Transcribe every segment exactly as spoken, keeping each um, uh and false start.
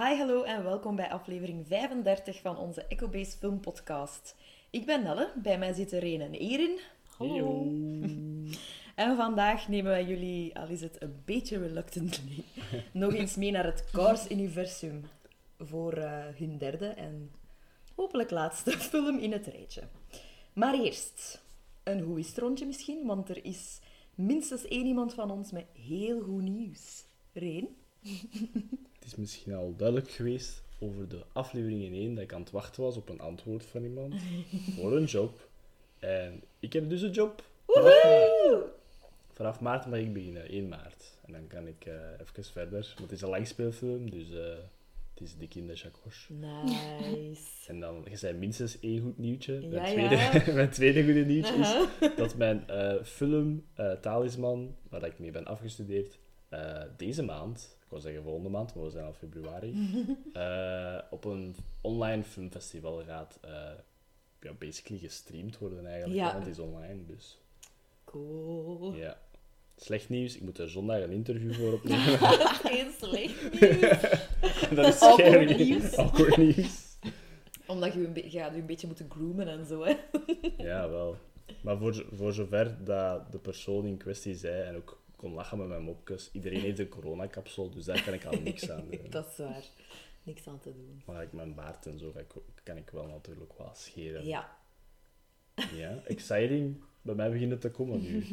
Hi, hallo en welkom bij aflevering vijfendertig van onze Ecobase Film Podcast. Ik ben Nelle, bij mij zitten Reen en Erin. Hallo. En vandaag nemen wij jullie, al is het een beetje reluctantly, nog eens mee naar het Cars-universum voor uh, hun derde en hopelijk laatste film in het rijtje. Maar eerst, een hoe is het rondje misschien, want er is minstens één iemand van ons met heel goed nieuws. Reen? Het is misschien al duidelijk geweest over de aflevering in één dat ik aan het wachten was op een antwoord van iemand voor een job. En ik heb dus een job. Vanaf maart, vanaf maart mag ik beginnen, één maart. En dan kan ik uh, even verder. Want het is een langspeelfilm, dus uh, het is dik in de chakos. Nice. En dan, je zei minstens één goed nieuwtje. Ja, mijn, tweede, ja. mijn tweede goede nieuwtje is Uh-huh. dat mijn uh, film uh, Talisman, waar ik mee ben afgestudeerd, uh, deze maand, ik wou zeggen volgende maand, maar we zijn al februari, uh, op een online filmfestival gaat uh, ja, basically gestreamd worden eigenlijk. Ja. Want het is online, dus... Cool. Ja. Slecht nieuws, ik moet er zondag een interview voor opnemen. Geen slecht nieuws. Dat is Awkward scary. nieuws. Awkward nieuws. Omdat je een, be- gaat je een beetje moeten groomen en zo, hè. Ja, wel. Maar voor, voor zover dat de persoon in kwestie zei en ook kon lachen met mijn mopjes, iedereen heeft een coronakapsel, dus daar kan ik al niks aan doen. Dat is waar. Niks aan te doen. Maar ik mijn baard en zo kan ik, kan ik wel natuurlijk wel scheren. Ja. Ja, exciting. Bij mij beginnen te komen nu.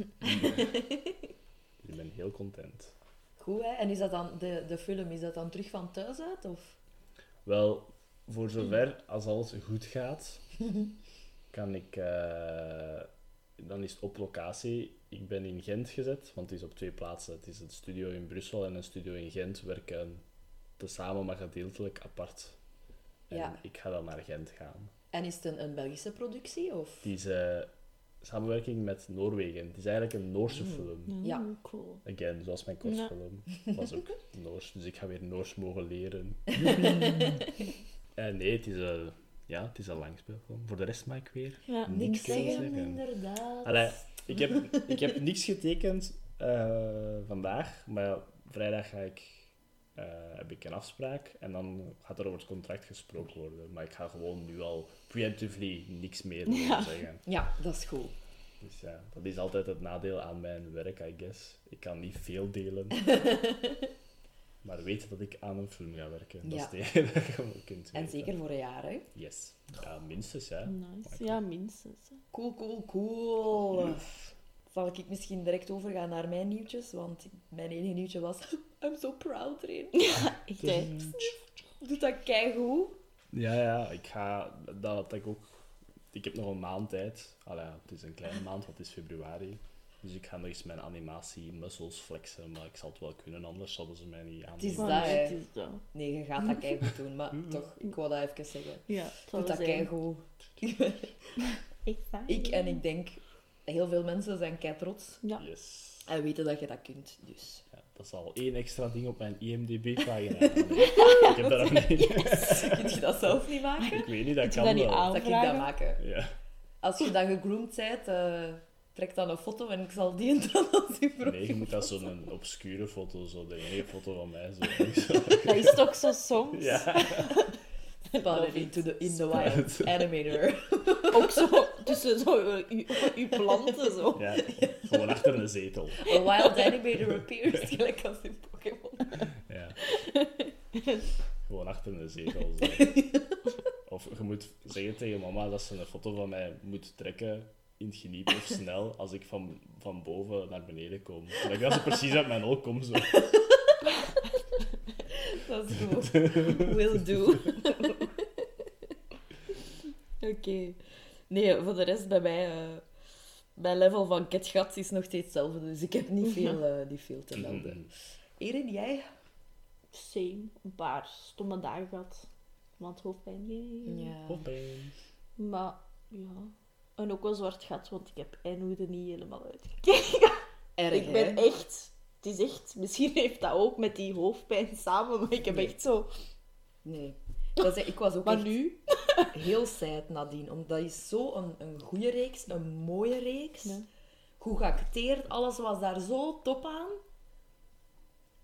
Ik ben heel content. Goed, hè. En is dat dan, de, de film, is dat dan terug van thuis uit, of? Wel, voor zover als alles goed gaat, kan ik... Uh, dan is het op locatie. Ik ben in Gent gezet, want het is op twee plaatsen. Het is een studio in Brussel en een studio in Gent werken tezamen, maar gedeeltelijk apart. En Ja. ik ga dan naar Gent gaan. En is het een, een Belgische productie, of? Het is uh, samenwerking met Noorwegen. Het is eigenlijk een Noorse Mm. film. Ja. Mm, cool. Again, zoals mijn kortfilm. Was ook Noors, dus ik ga weer Noors mogen leren. En nee, het is een, ja, het is een langspeelfilm. Voor de rest mag ik weer Ja, niks Niks zeggen, zeggen. inderdaad. Allee, ik heb, ik heb niks getekend uh, vandaag, maar ja, vrijdag ga ik, uh, heb ik een afspraak en dan gaat er over het contract gesproken worden. Maar ik ga gewoon nu al preemptively niks meer over Ja. zeggen. Ja, dat is goed. Dus ja, dat is altijd het nadeel aan mijn werk, I guess. Ik kan niet veel delen. Maar weet dat ik aan een film ga werken. Dat Ja. is het enige dat je wel kunt En weten. zeker voor een jaar, hè. Yes. Ja, minstens, ja. Nice. Ja, minstens. Hè. Cool, cool, cool. Zal ik misschien direct overgaan naar mijn nieuwtjes? Want mijn enige nieuwtje was... I'm so proud, Reen. Echt, hè. Doet dat keigoed. Ja, ja, ik ga... Dat had ik ook... Ik heb nog een maand tijd. Allee, het is een kleine maand, want het is februari. Dus ik ga nog eens mijn animatie muscles flexen, maar ik zal het wel kunnen, anders zouden ze mij niet Het is aannemen. dat, Maar hè. het is dat. Nee, je gaat dat keigoed doen, maar toch, ik wou dat even zeggen. Ja, het zal Doet dat zijn. keigoed. Exciting. Ik en ik denk, heel veel mensen zijn kei trots Ja. Yes. en weten dat je dat kunt, dus. Ja, dat is al één extra ding op mijn I M D B-pagina. Ik heb dat nog niet. Kun je dat zelf niet maken? Ik weet niet, dat Moet je kan dat niet wel. aan- Dat ik dat Aanvragen? maken. Ja. Als je dan gegroomd bent, uh, trek dan een foto en ik zal die dan als je profiel. Nee, je moet dat zo'n obscure foto, zo de ene foto van mij. Zo. Dat is toch zo soms? Ja. Spot it into the, in the wild. Animator. Ook zo tussen zo uw, uw planten zo. Ja, gewoon achter een zetel. A wild animator appears, gelijk als in Pokémon. Ja. Gewoon achter een zetel. Zo. Of je moet zeggen tegen mama dat ze een foto van mij moet trekken in het geniep of snel als ik van, van boven naar beneden kom. Dat ik ze precies uit mijn oog kom. Zo. Dat is goed. Will do. Oké. Okay. Nee, voor de rest bij mij... Uh, mijn level van ketgat is nog steeds hetzelfde, dus ik heb niet veel, uh, niet veel te melden. Erin, jij? Same. Een paar stomme dagen gehad. Want hoofdpijn. Nee. Ja. Hoppijn. Maar, ja. En ook wel zwart gat, want ik heb eindhoede niet helemaal uitgekeken. Erg, Ik ben hè? echt... Het is echt... Misschien heeft dat ook met die hoofdpijn samen, maar ik heb Nee. echt zo... Nee. Dat is, ik was ook Maar echt nu... heel sad nadien. Omdat dat is zo een, een goede reeks, een mooie reeks. Ja. Goed geacteerd, alles was daar zo top aan.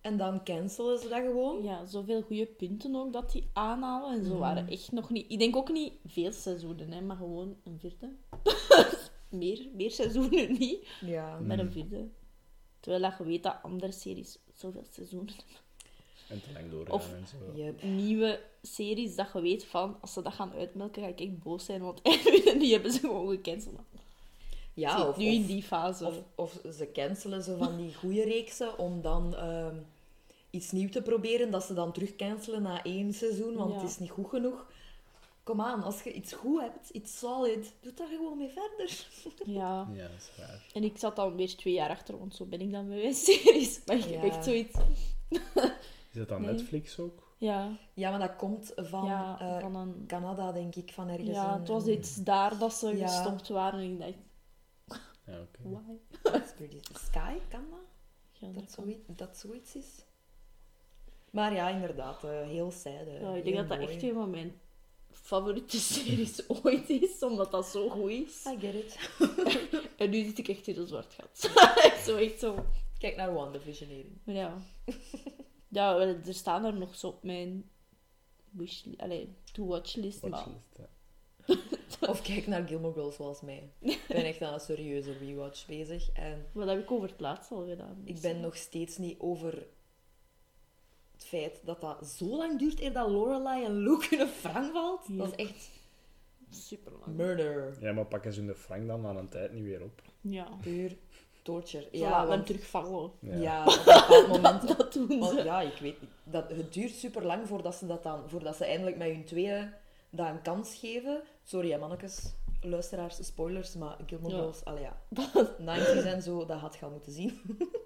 En dan cancelen ze dat gewoon. Ja, zoveel goede punten ook dat die aanhalen. En zo Mhm. waren echt nog niet... Ik denk ook niet veel seizoenen, hè, maar gewoon een vierde. meer, meer seizoenen niet, Ja. met een vierde. Terwijl dat je weet dat andere series zoveel seizoenen hebben. En te lang doorgaan Of- en zo. Yep. Nieuwe series dat je weet van, als ze dat gaan uitmelken, ga ik echt boos zijn. Want eigenlijk die hebben ze gewoon gecanceld. Ja, Zit of, nu in of, die fase. of, of ze cancelen zo van die goede reeksen om dan ehm, iets nieuws te proberen, dat ze dan terug cancelen na één seizoen, want Ja. het is niet goed genoeg. Kom aan, als je iets goed hebt, iets solid, doe daar gewoon mee verder. Ja. Ja, dat is waar. En ik zat dan weer twee jaar achter, want zo ben ik dan met mijn series. Maar ik heb Ja. echt zoiets... Is dat dan Nee. Netflix ook? Ja, Ja, maar dat komt van, ja eh, van een... Canada, denk ik, van ergens. Ja, in- het was iets daar dat ze Ja. gestopt waren. En ik dacht, Ja, oké. why? Dat is pretty- Sky, kan dat? Ja, Dat, dat kan. zoiets, dat zoiets is. Maar ja, inderdaad, eh, heel sad. eh, Ja, ik denk heel dat dat mooi. echt een van mijn favoriete series ooit is, omdat dat zo goed is. I get it. En nu zit ik echt in een zwart gat. zo echt zo. Kijk naar WandaVision even. Maar ja. Ja, wel, er staan er nog zo op mijn wish, allee, to-watch-list, maar... Watchlist, ja. Of kijk naar Gilmore Girls zoals mij. Ik ben echt aan een serieuze rewatch bezig. En Wat heb ik over het laatst al gedaan? ik dus, ben eh, nog steeds niet over het feit dat dat zo lang duurt eer dat Lorelai en Luke in een frank valt. Ja. Dat is echt super lang. murder. Ja, maar pakken ze hun frank dan aan een tijd niet weer op? Ja. Puur torture. Ja, Ja, laat hem want, terugvallen. ja, op een bepaald moment... Dat doen Want ze. ja, ik weet niet. Dat, het duurt super lang voordat ze dat dan, voordat ze eindelijk met hun tweeën dat een kans geven. Sorry, hè, mannetjes, luisteraars, spoilers, maar Gilmore Ja. Girls, allee ja, nineties en zo, dat had je al moeten zien.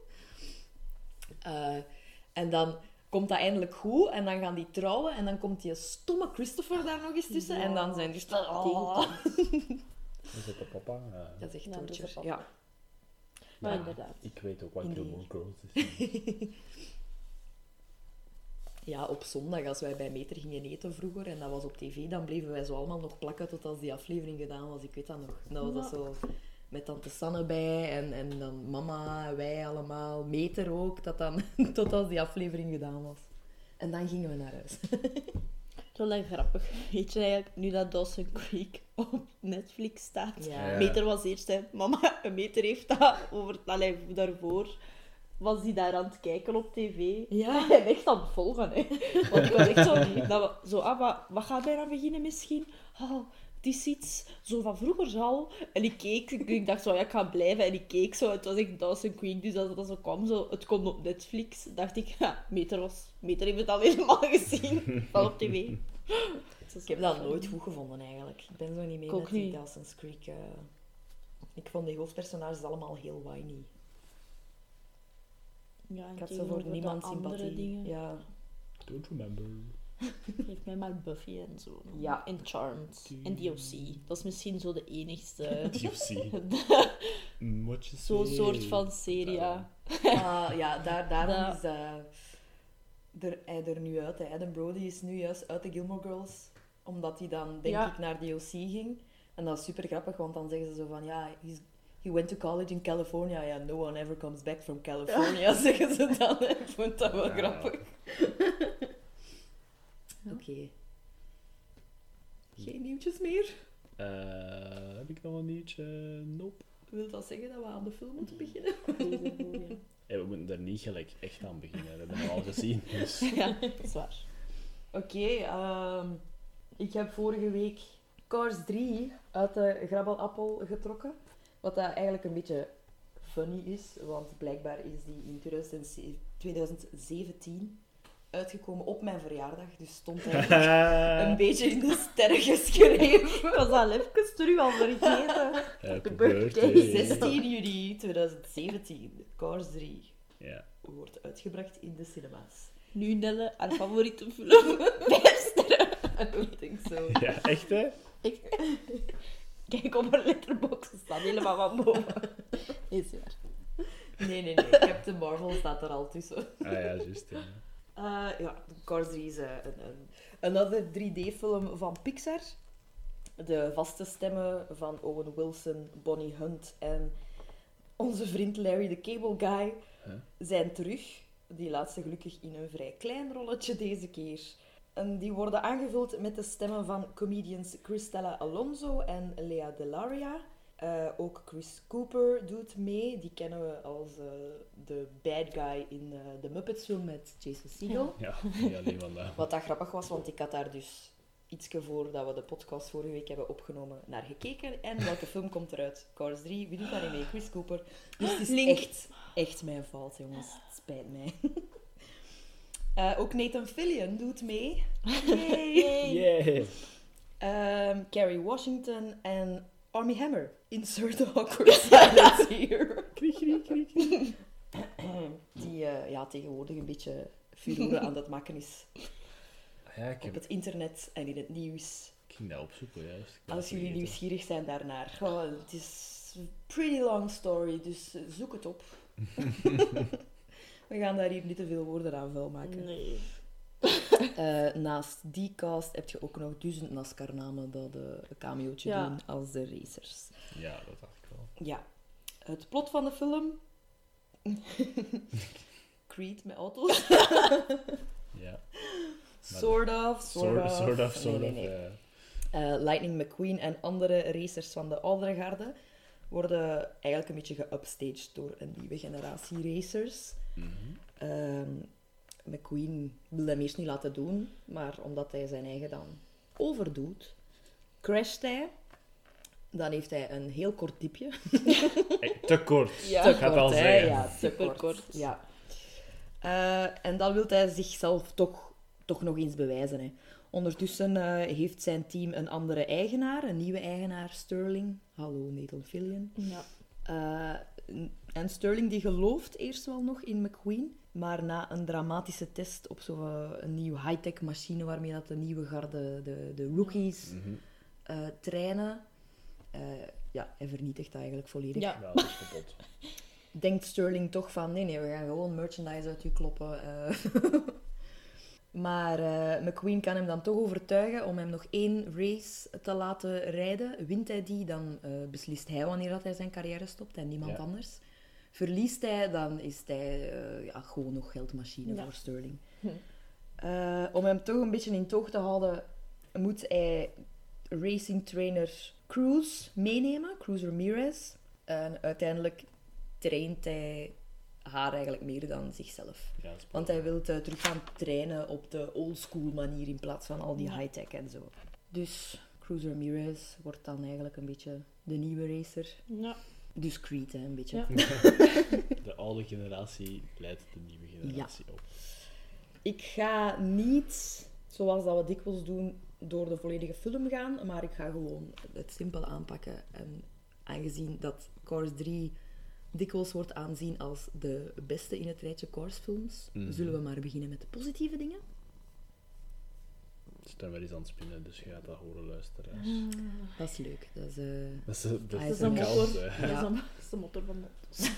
Eh, en dan komt dat eindelijk goed en dan gaan die trouwen en dan komt die stomme Christopher daar nog eens tussen Ja. en dan zijn die... Is dat de papa? Ja. Dat is echt Ja, dat is torture. de papa. Ja. Maar Ja, inderdaad. Ik weet ook wat Indeed. Gilmore Girls is. Ja, op zondag, als wij bij Meter gingen eten vroeger, en dat was op tv, dan bleven wij zo allemaal nog plakken tot als die aflevering gedaan was. Ik weet dat nog. Dan was dat Ja. zo met tante Sanne bij, en, en dan mama, wij allemaal, Meter ook, dat dan, tot als die aflevering gedaan was. En dan gingen we naar huis. Het is wel echt grappig. Weet je eigenlijk, nu dat Dawson Creek op Netflix staat. Ja. Ja. Meter was eerst, hè. Mama, een Meter heeft dat over... Allee, daarvoor was die daar aan het kijken op tv. Ja. En echt aan het volgen, hè. Want ik was echt zo... Dat we, zo ah, wat, wat gaat hij dan beginnen misschien? Oh, het is iets zo van vroeger al. En ik keek, ik dacht zo, ja, ik ga blijven. En ik keek zo, het was echt Dawson Creek. Dus als dat zo kwam, zo, het komt op Netflix, dacht ik, ja, Meter, was, Meter heeft het al helemaal gezien. Van op tv. Ik heb dat nooit goed gevonden, eigenlijk. Ik ben zo niet mee Ik ook met die niet. Dawson's Creek. eh. Ik vond die hoofdpersonages allemaal heel whiny. Ja, en Ik had zo tegenover voor de niemand andere sympathie. dingen. Ja. Don't remember. Geef mij maar Buffy en zo. Ja. En Charmed. En D O C. Dat is misschien zo de enigste... D O C. What you Zo'n say? soort van serie, ja. Ah, ja, daar, daarom Dat- is eh, er, hij er nu uit. Hè. Adam Brody is nu juist uit de Gilmore Girls, omdat hij dan, denk Ja. ik, naar D O C ging. En dat is super grappig, want dan zeggen ze zo van, ja, he's, he went to college in California. Ja, no one ever comes back from California, zeggen ze dan. Hè. Ik vond dat wel Ja. grappig. Ja. Oké. Geen nieuwtjes meer? Eh, heb ik nog een nieuwtje? Nope. Wil dat zeggen dat we aan de film moeten beginnen? Hey, we moeten er niet gelijk echt aan beginnen. Dat hebben we al gezien. Dus. Ja, dat is waar. Oké, ehm, ik heb vorige week Cars drie uit de grabbelappel getrokken. Wat dat eigenlijk een beetje funny is, want blijkbaar is die in twintig zeventien uitgekomen op mijn verjaardag. Dus stond hij een beetje in de sterren geschreven. Ik was al even terug al vergeten. Happy birthday. birthday. zestien juli tweedentig zeventien, Cars drie Ja. wordt uitgebracht in de cinema's. Nu Nelle, haar favoriete film. Vijf sterren. I don't think so. Ja, echt hè? Ik... Kijk op haar letterbox, het staat helemaal van boven. Is waar. Nee, nee, nee. Captain Marvel staat er al tussen. Ah ja, juist. Ja. Uh, ja, Cars drie is uh, een, een another drie D-film van Pixar. De vaste stemmen van Owen Wilson, Bonnie Hunt en onze vriend Larry the Cable Guy Huh? zijn terug. Die laatste gelukkig in een vrij klein rolletje deze keer. En die worden aangevuld met de stemmen van comedians Cristela Alonso en Lea DeLaria. Uh, ook Chris Cooper doet mee. Die kennen we als uh, de bad guy in uh, de Muppets film met Jason Segel. Ja, niet alleen vandaag. Wat dat grappig was, want ik had daar dus ietsje voordat we de podcast vorige week hebben opgenomen naar gekeken. En welke film komt eruit? Cars drie. Wie doet daarin mee? Chris Cooper. Dus het is Link. echt, echt mijn fout, jongens. Het spijt mij. Uh, ook Nathan Fillion doet mee. Yay! Yeah. Um, Kerry Washington en Armie Hammer. Insert the awkward silence here. Kriek, kriek, kriek. Die uh, ja, tegenwoordig een beetje furoren aan het maken is. Ja, ik, Op heb, het internet en in het nieuws. ik ging dat opzoeken, juist. Ik ben Als het jullie vergeten. nieuwsgierig zijn daarnaar. Oh, het is een pretty long story, dus uh, zoek het op. We gaan daar hier niet te veel woorden aan vuil maken. Nee. Uh, naast die cast heb je ook nog duizend NASCAR-namen dat uh, een cameootje Ja. doen als de racers. Ja, dat dacht ik wel. Ja. Het plot van de film... Creed met auto's. Ja. Sort of, sort, Sort, of. sort of, sort Nee, of. nee, nee. ja. Uh, Lightning McQueen en andere racers van de oudere garde worden eigenlijk een beetje geupstaged door een nieuwe generatie racers. Mhm. Um, McQueen wil hem eerst niet laten doen, maar omdat hij zijn eigen dan overdoet, crasht hij. Dan heeft hij een heel kort diepje. Hey, te kort. Ja. Ik ga het al hè? zeggen. Ja, te Superkort. kort. Ja. Uh, en dan wil hij zichzelf toch, toch nog eens bewijzen. Hè. Ondertussen uh, heeft zijn team een andere eigenaar, een nieuwe eigenaar, Sterling. Hallo, Nathan Fillion. Ja. Uh, en Sterling die gelooft eerst wel nog in McQueen, maar na een dramatische test op zo'n een nieuwe high-tech machine waarmee dat de nieuwe garde, de, de rookies, Mhm. uh, trainen, uh, ja, hij vernietigt dat eigenlijk volledig. Ja. Ja, dat is kapot. Denkt Sterling toch van, nee, nee, we gaan gewoon merchandise uit u kloppen. Uh. Maar uh, McQueen kan hem dan toch overtuigen om hem nog één race te laten rijden. Wint hij die, dan uh, beslist hij wanneer dat hij zijn carrière stopt en niemand Ja. anders. Verliest hij, dan is hij uh, ja, gewoon nog geldmachine Ja. voor Sterling. Hm. Uh, om hem toch een beetje in toog te houden, moet hij racing trainer Cruz meenemen, Cruz Ramirez. En uiteindelijk traint hij haar eigenlijk meer dan zichzelf. Ja, dat is Want hij wil uh, terug gaan trainen op de oldschool manier in plaats van al die Ja. high-tech en zo. Dus Cruz Ramirez wordt dan eigenlijk een beetje de nieuwe racer. Ja. Dus Creed, hè, een beetje. Ja. De oude generatie leidt de nieuwe generatie op. Ik ga niet, zoals dat we dikwijls doen, door de volledige film gaan, maar ik ga gewoon het simpel aanpakken. En aangezien dat Cars drie dikwijls wordt aanzien als de beste in het rijtje Cars-films, Mhm. zullen we maar beginnen met de positieve dingen. Het is daar wel eens aan het spinnen, dus je gaat dat horen luisteren. Dat is leuk. Dat is, uh, Dat is, de- dat Ah, is is een de motor. kant, hè. Ja. Dat, is een, dat is de motor van de auto's.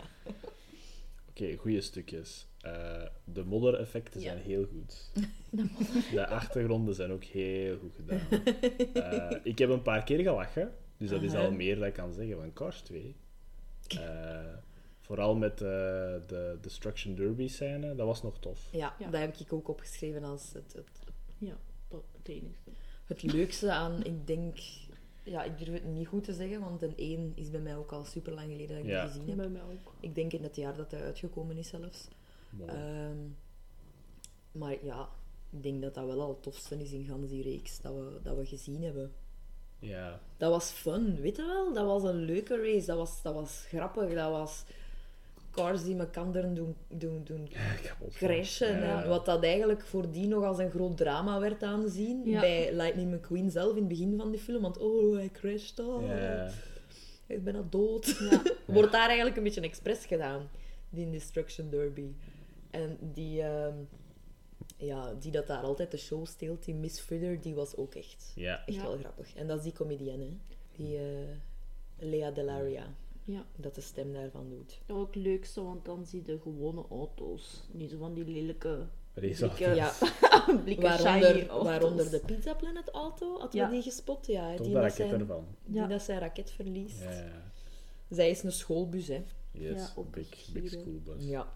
Oké, goede stukjes. Uh, de moddereffecten Ja. zijn heel goed. De achtergronden zijn ook heel goed gedaan. Uh, ik heb een paar keer gelachen, dus dat is Aha. al meer dat ik kan zeggen van Cars twee. Uh, vooral met uh, de Destruction Derby scène, dat was nog tof. ja, Ja. dat heb ik ook opgeschreven als het, het, Ja, dat het enigste. het leukste aan, ik denk... Ja, ik durf het niet goed te zeggen, want een één is bij mij ook al super lang geleden dat ik Ja. die gezien heb. Bij mij ook. Ik denk in het jaar dat hij uitgekomen is zelfs. Mooi. Ehm, maar ja, ik denk dat dat wel al het tofste is in gans die reeks dat we, dat we gezien hebben. Ja, Dat was fun, weet je wel? Dat was een leuke race, dat was, dat was grappig, dat was cars die elkaar doen, doen, doen kapot. crashen. Ja. En wat dat eigenlijk voordien nog als een groot drama werd aanzien Ja. bij Lightning McQueen zelf in het begin van die film. Want oh, hij crasht, oh, Ja. hij is bijna dood. Ja. Wordt daar eigenlijk een beetje expres gedaan, die Destruction Derby. En die, ehm, ja, die dat daar altijd de show steelt, die Miss Fritter, die was ook echt, Ja. echt Ja. wel grappig. En dat is die comedienne, hè. Die uh, Lea DeLaria, Ja. dat de stem daarvan doet. Ook leuk zo, want dan zie je gewone auto's. Niet zo van die lelijke Raceauto. blikken, Ja, blikken shiny waaronder, auto's. waaronder de Pizza Planet auto, had je Ja. die gespot? Ja, Toch die de dat, raket zijn, ervan. die Ja. dat zijn raket verliest. Ja. Zij is een schoolbus, hè. Yes, Ja, ook big, een big giro. school bus. Ja.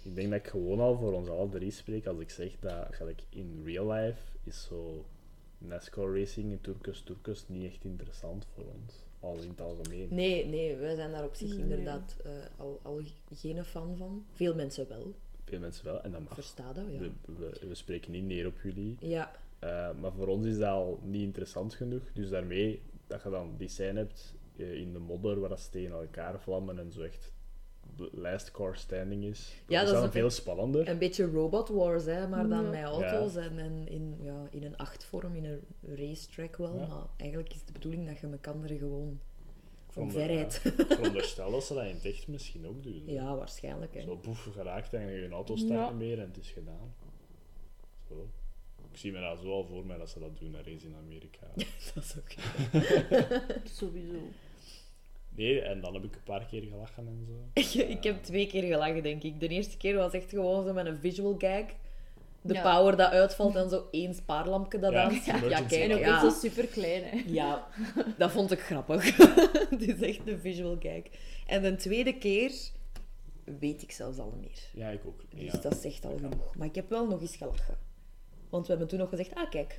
Ik denk dat ik gewoon al voor ons alle drie spreek als ik zeg dat gelijk in real life is zo NASCAR racing en Turkers Turkers niet echt interessant voor ons. Al in het algemeen. Nee, nee, wij zijn daar op zich Nee. inderdaad uh, al, al geen fan van. Veel mensen wel. Veel mensen wel, en dat mag. Versta dat, ja. We, we, we spreken niet neer op jullie. Ja, Uh, maar voor ons is dat al niet interessant genoeg. Dus daarmee dat je dan die scène hebt uh, in de modder waar dat ze tegen elkaar vlammen en zo echt de last car standing is. Dat Ja, is dat is dan een- veel spannender. een beetje Robot Wars, hè, maar dan Ja. met auto's en, en in, ja, in een achtvorm, in een racetrack wel. Ja. Maar eigenlijk is het de bedoeling dat je elkaar gewoon Vond- omverrijdt. ja, Ik veronderstel dat ze dat in het echt misschien ook doen. Ja, waarschijnlijk. Hè. Zo boef geraakt en je auto start Ja. niet meer en het is gedaan. Zo. Ik zie me dat zo al voor mij dat ze dat doen, dat race in Amerika. Dat is ook... Sowieso. Nee, en dan heb ik een paar keer gelachen en zo. Ik heb twee keer gelachen, denk ik. De eerste keer was echt gewoon zo met een visual gag. De Ja. power dat uitvalt en zo één spaarlampje dat Ja, danst. Ja, emergency kijk, En ook light. ja. echt zo super klein, hè. Ja, dat vond ik grappig. Het is echt een visual gag. En de tweede keer weet ik zelfs al meer. Ja, ik ook. Dus Ja. dat zegt al dat kan. genoeg. Maar ik heb wel nog eens gelachen. Want we hebben toen nog gezegd, ah kijk,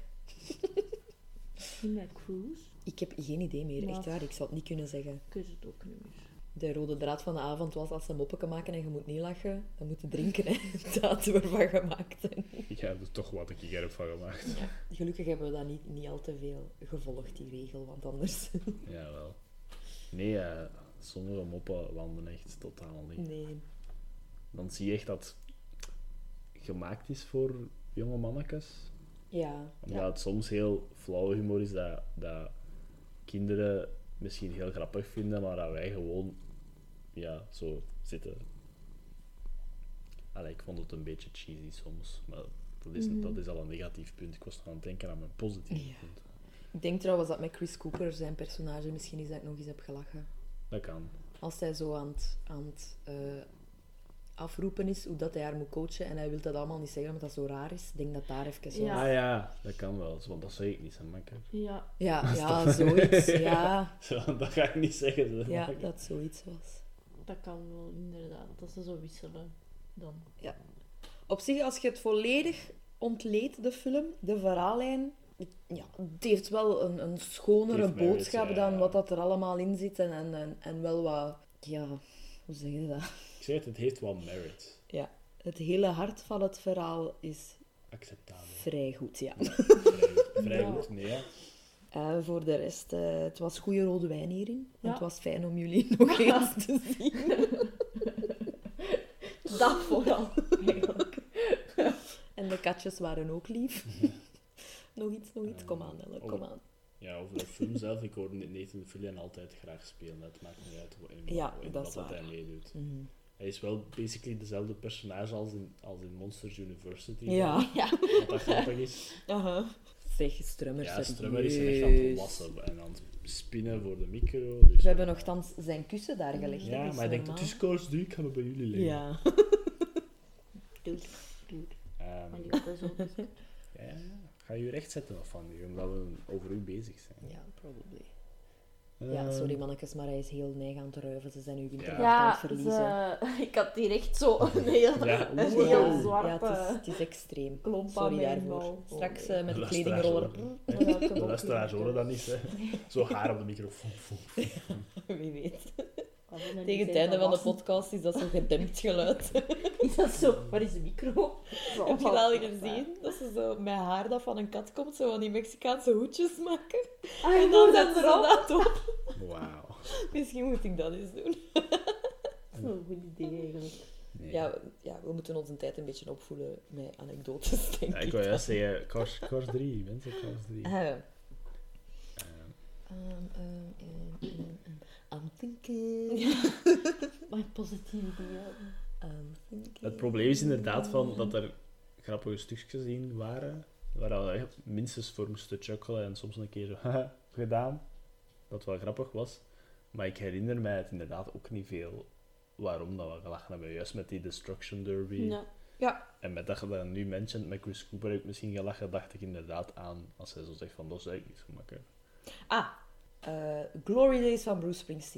In dat cruise. ik heb geen idee meer. Ja. Echt waar, ik zou het niet kunnen zeggen. Ik weet het ook niet meer. De rode draad van de avond was als ze moppen maken en je moet niet lachen, dan moet je drinken. Hè. Dat hadden we ervan gemaakt. Hè. Ik heb er toch wat ik er heb van gemaakt. Gelukkig hebben we dat niet, niet al te veel gevolgd, die regel, want anders... Ja, wel. Nee, eh, sommige moppen landen echt totaal niet. Nee. Dan zie je echt dat het gemaakt is voor jonge mannetjes. Ja. Omdat Ja. het soms heel flauwe humor is dat, dat kinderen misschien heel grappig vinden, maar dat wij gewoon ja, zo zitten. Allee, ik vond het een beetje cheesy soms, maar dat is, Mhm. dat is al een negatief punt. Ik was nog aan het denken aan mijn positieve Ja. punt. Ik denk trouwens dat met Chris Cooper, zijn personage, misschien is dat ik nog eens heb gelachen. Dat kan. Als hij zo aan het, aan het eh, afroepen is hoe dat hij haar moet coachen en hij wil dat allemaal niet zeggen omdat dat zo raar is, ik denk dat daar even zo... Ja. Ah ja, dat kan wel, want dat zeg ik niet, zo makkelijk. Ja. Ja, ja, zoiets. Ja, Zo, dat ga ik niet zeggen. Zo ja, makkelijk. dat zoiets was. Dat kan wel, inderdaad. Dat ze zo wisselen. Dan. Op zich, als je het volledig ontleedt, de film, de verhaallijn, ja, het heeft wel een, een schonere Heeft merits, boodschap ja, dan ja. wat dat er allemaal in zit en, en, en, en wel wat... Ja, hoe zeg je dat? Ik zeg het, het heeft wel merit. Ja, het hele hart van het verhaal is Acceptabel. vrij goed, ja. Vrij, vrij Ja. goed, nee. Ja. Eh, voor de rest, eh, het was goede rode wijn hierin. En Ja. het was fijn om jullie nog eens te zien. Dat vooral. Eigenlijk. En de katjes waren ook lief. nog iets, nog iets. Kom aan, Nelle, kom aan. Ja, over de film zelf, ik hoorde Nathan Fillion altijd graag spelen. Het maakt niet uit in, Ja, in dat wat is dat waar. hij meedoet. Mhm. Hij is wel basically dezelfde personage als in, als in Monsters University. Ja. Ja. Wat dat grappig is. Aha. Zeg, Strummer, Ja, serieus. Strummer is echt aan het wassen en aan het spinnen voor de micro. Dus, We hebben nogthans zijn kussen daar gelegd. hè, Ja, dus maar ik denk, dat normaal. is course drie, ik ga me bij jullie leggen. Ja. Dude. Dude. Ehm, Maar je hebt zo. ja, ga je u rechtzetten of van nu, omdat we over u bezig zijn. Ja, probably. Ja, Ehm, sorry mannetjes, maar hij is heel neig aan het ruiven. Ze zijn uw winterjacht aan Ja, het verliezen. ze, ik had hier echt zo een heel, Ja, een wow. heel Ja, zwarte ja, het, is, het is extreem. klomp aan Sorry mijn daarvoor. mouw. Straks Oh, eh, met de luisteraars kledingroller. horen- Ja, ik heb De ook luisteraars niet horen dat niet, hè. Zo haar op de microfoon. Wie weet. Ah, we zijn Tegen het niet einde van de wassen. podcast is dat zo gedempt geluid. Is dat zo? Waar is de micro? Zo, Heb je dat al gezien? Dat ze zo met haar dat van een kat komt, zo van die Mexicaanse hoedjes maken. Ah, En dan zetten ze dat op. Wauw. Misschien moet ik dat eens doen. Dat is wel een goed idee eigenlijk. Nee. Ja, we- ja, we moeten onze tijd een beetje opvoeden met anekdotes, denk Ja, ik. ik wou juist zeggen, Cars, Cars drie, mensen, Cars drie. Ah, Ehm, um, um, um, um, um, I'm thinking... Mijn positieve ideeën. I'm thinking... het probleem is inderdaad van dat er grappige stukjes in waren, waar we echt minstens voor moesten chuckelen en soms een keer zo haha, gedaan, dat wel grappig was. Maar ik herinner mij het inderdaad ook niet veel waarom dat we gelachen hebben, juist met die Destruction Derby. Ja. Ja. En met dat je dat nu mentioned, met Chris Cooper heb ik misschien gelachen, dacht ik inderdaad aan, als hij zo zegt van, dat is eigenlijk niet zo makkelijk. Ah, eh, Glory Days van Bruce Springsteen.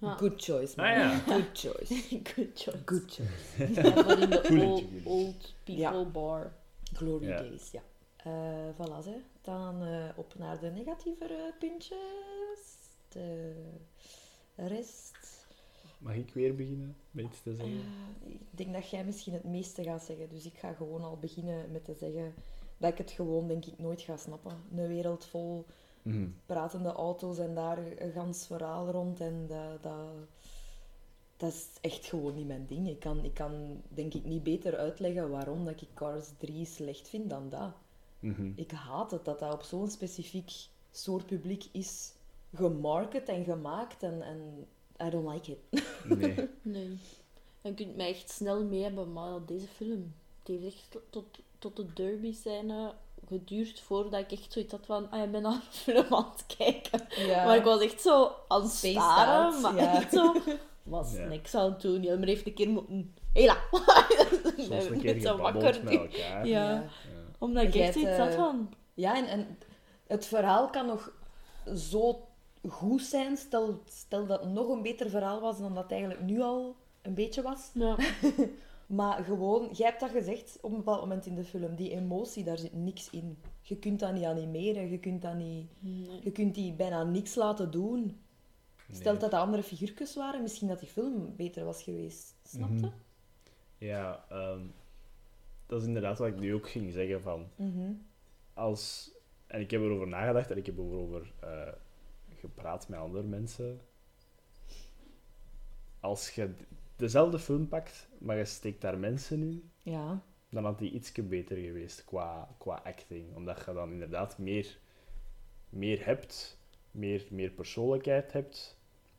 Ja. Good choice, man. Ah, ja. Good choice. Good choice. Good choice. Ja, voor in de Goeie, old, goeie. old people Ja. bar. Glory Ja. days, ja. Eh voilà, hè. Dan eh, op naar de negatievere puntjes. De rest. Mag ik weer beginnen met iets te zeggen? Eh, ik denk dat jij misschien het meeste gaat zeggen. Dus ik ga gewoon al beginnen met te zeggen dat ik het gewoon, denk ik, nooit ga snappen. Een wereld vol Mhm. pratende auto's en daar een gans verhaal rond. En dat, dat, dat is echt gewoon niet mijn ding. Ik kan, ik kan, denk ik, niet beter uitleggen waarom dat ik Cars drie slecht vind dan dat. Mhm. Ik haat het dat dat op zo'n specifiek soort publiek is gemarket en gemaakt. En, en I don't like it. Nee. Nee. Je kunt mij echt snel mee hebben, maar deze film, het heeft echt tot, tot de derby-scène geduurd voordat ik echt zoiets had van, ah, ik ben naar een film aan het kijken. Ja. Maar ik was echt zo aan het Spaced staren, out, maar ja. echt zo, was Ja. niks aan het doen. Ja, maar heeft een keer moeten, hela. Soms een keer Net zo gebabbeld wakker. met elkaar. Ja. Ja. Ja. Omdat ik Jij echt hebt, zoiets had eh, van, Ja, en, en het verhaal kan nog zo goed zijn, stel, stel dat het nog een beter verhaal was dan dat het eigenlijk nu al een beetje was. ja. Maar gewoon, jij hebt dat gezegd op een bepaald moment in de film, die emotie, daar zit niks in. Je kunt dat niet animeren, je kunt, dat niet, Nee. je kunt die bijna niks laten doen. Stel Nee. dat dat andere figuurtjes waren, misschien dat die film beter was geweest. Snapte? Mhm. Ja, ehm, dat is inderdaad wat ik nu ook ging zeggen van... Mhm. Als, en ik heb erover nagedacht en ik heb erover eh, gepraat met andere mensen. Als je d- dezelfde film pakt, maar je steekt daar mensen in, Ja. dan had die ietsje beter geweest qua, qua acting. Omdat je dan inderdaad meer, meer hebt, meer, meer persoonlijkheid hebt.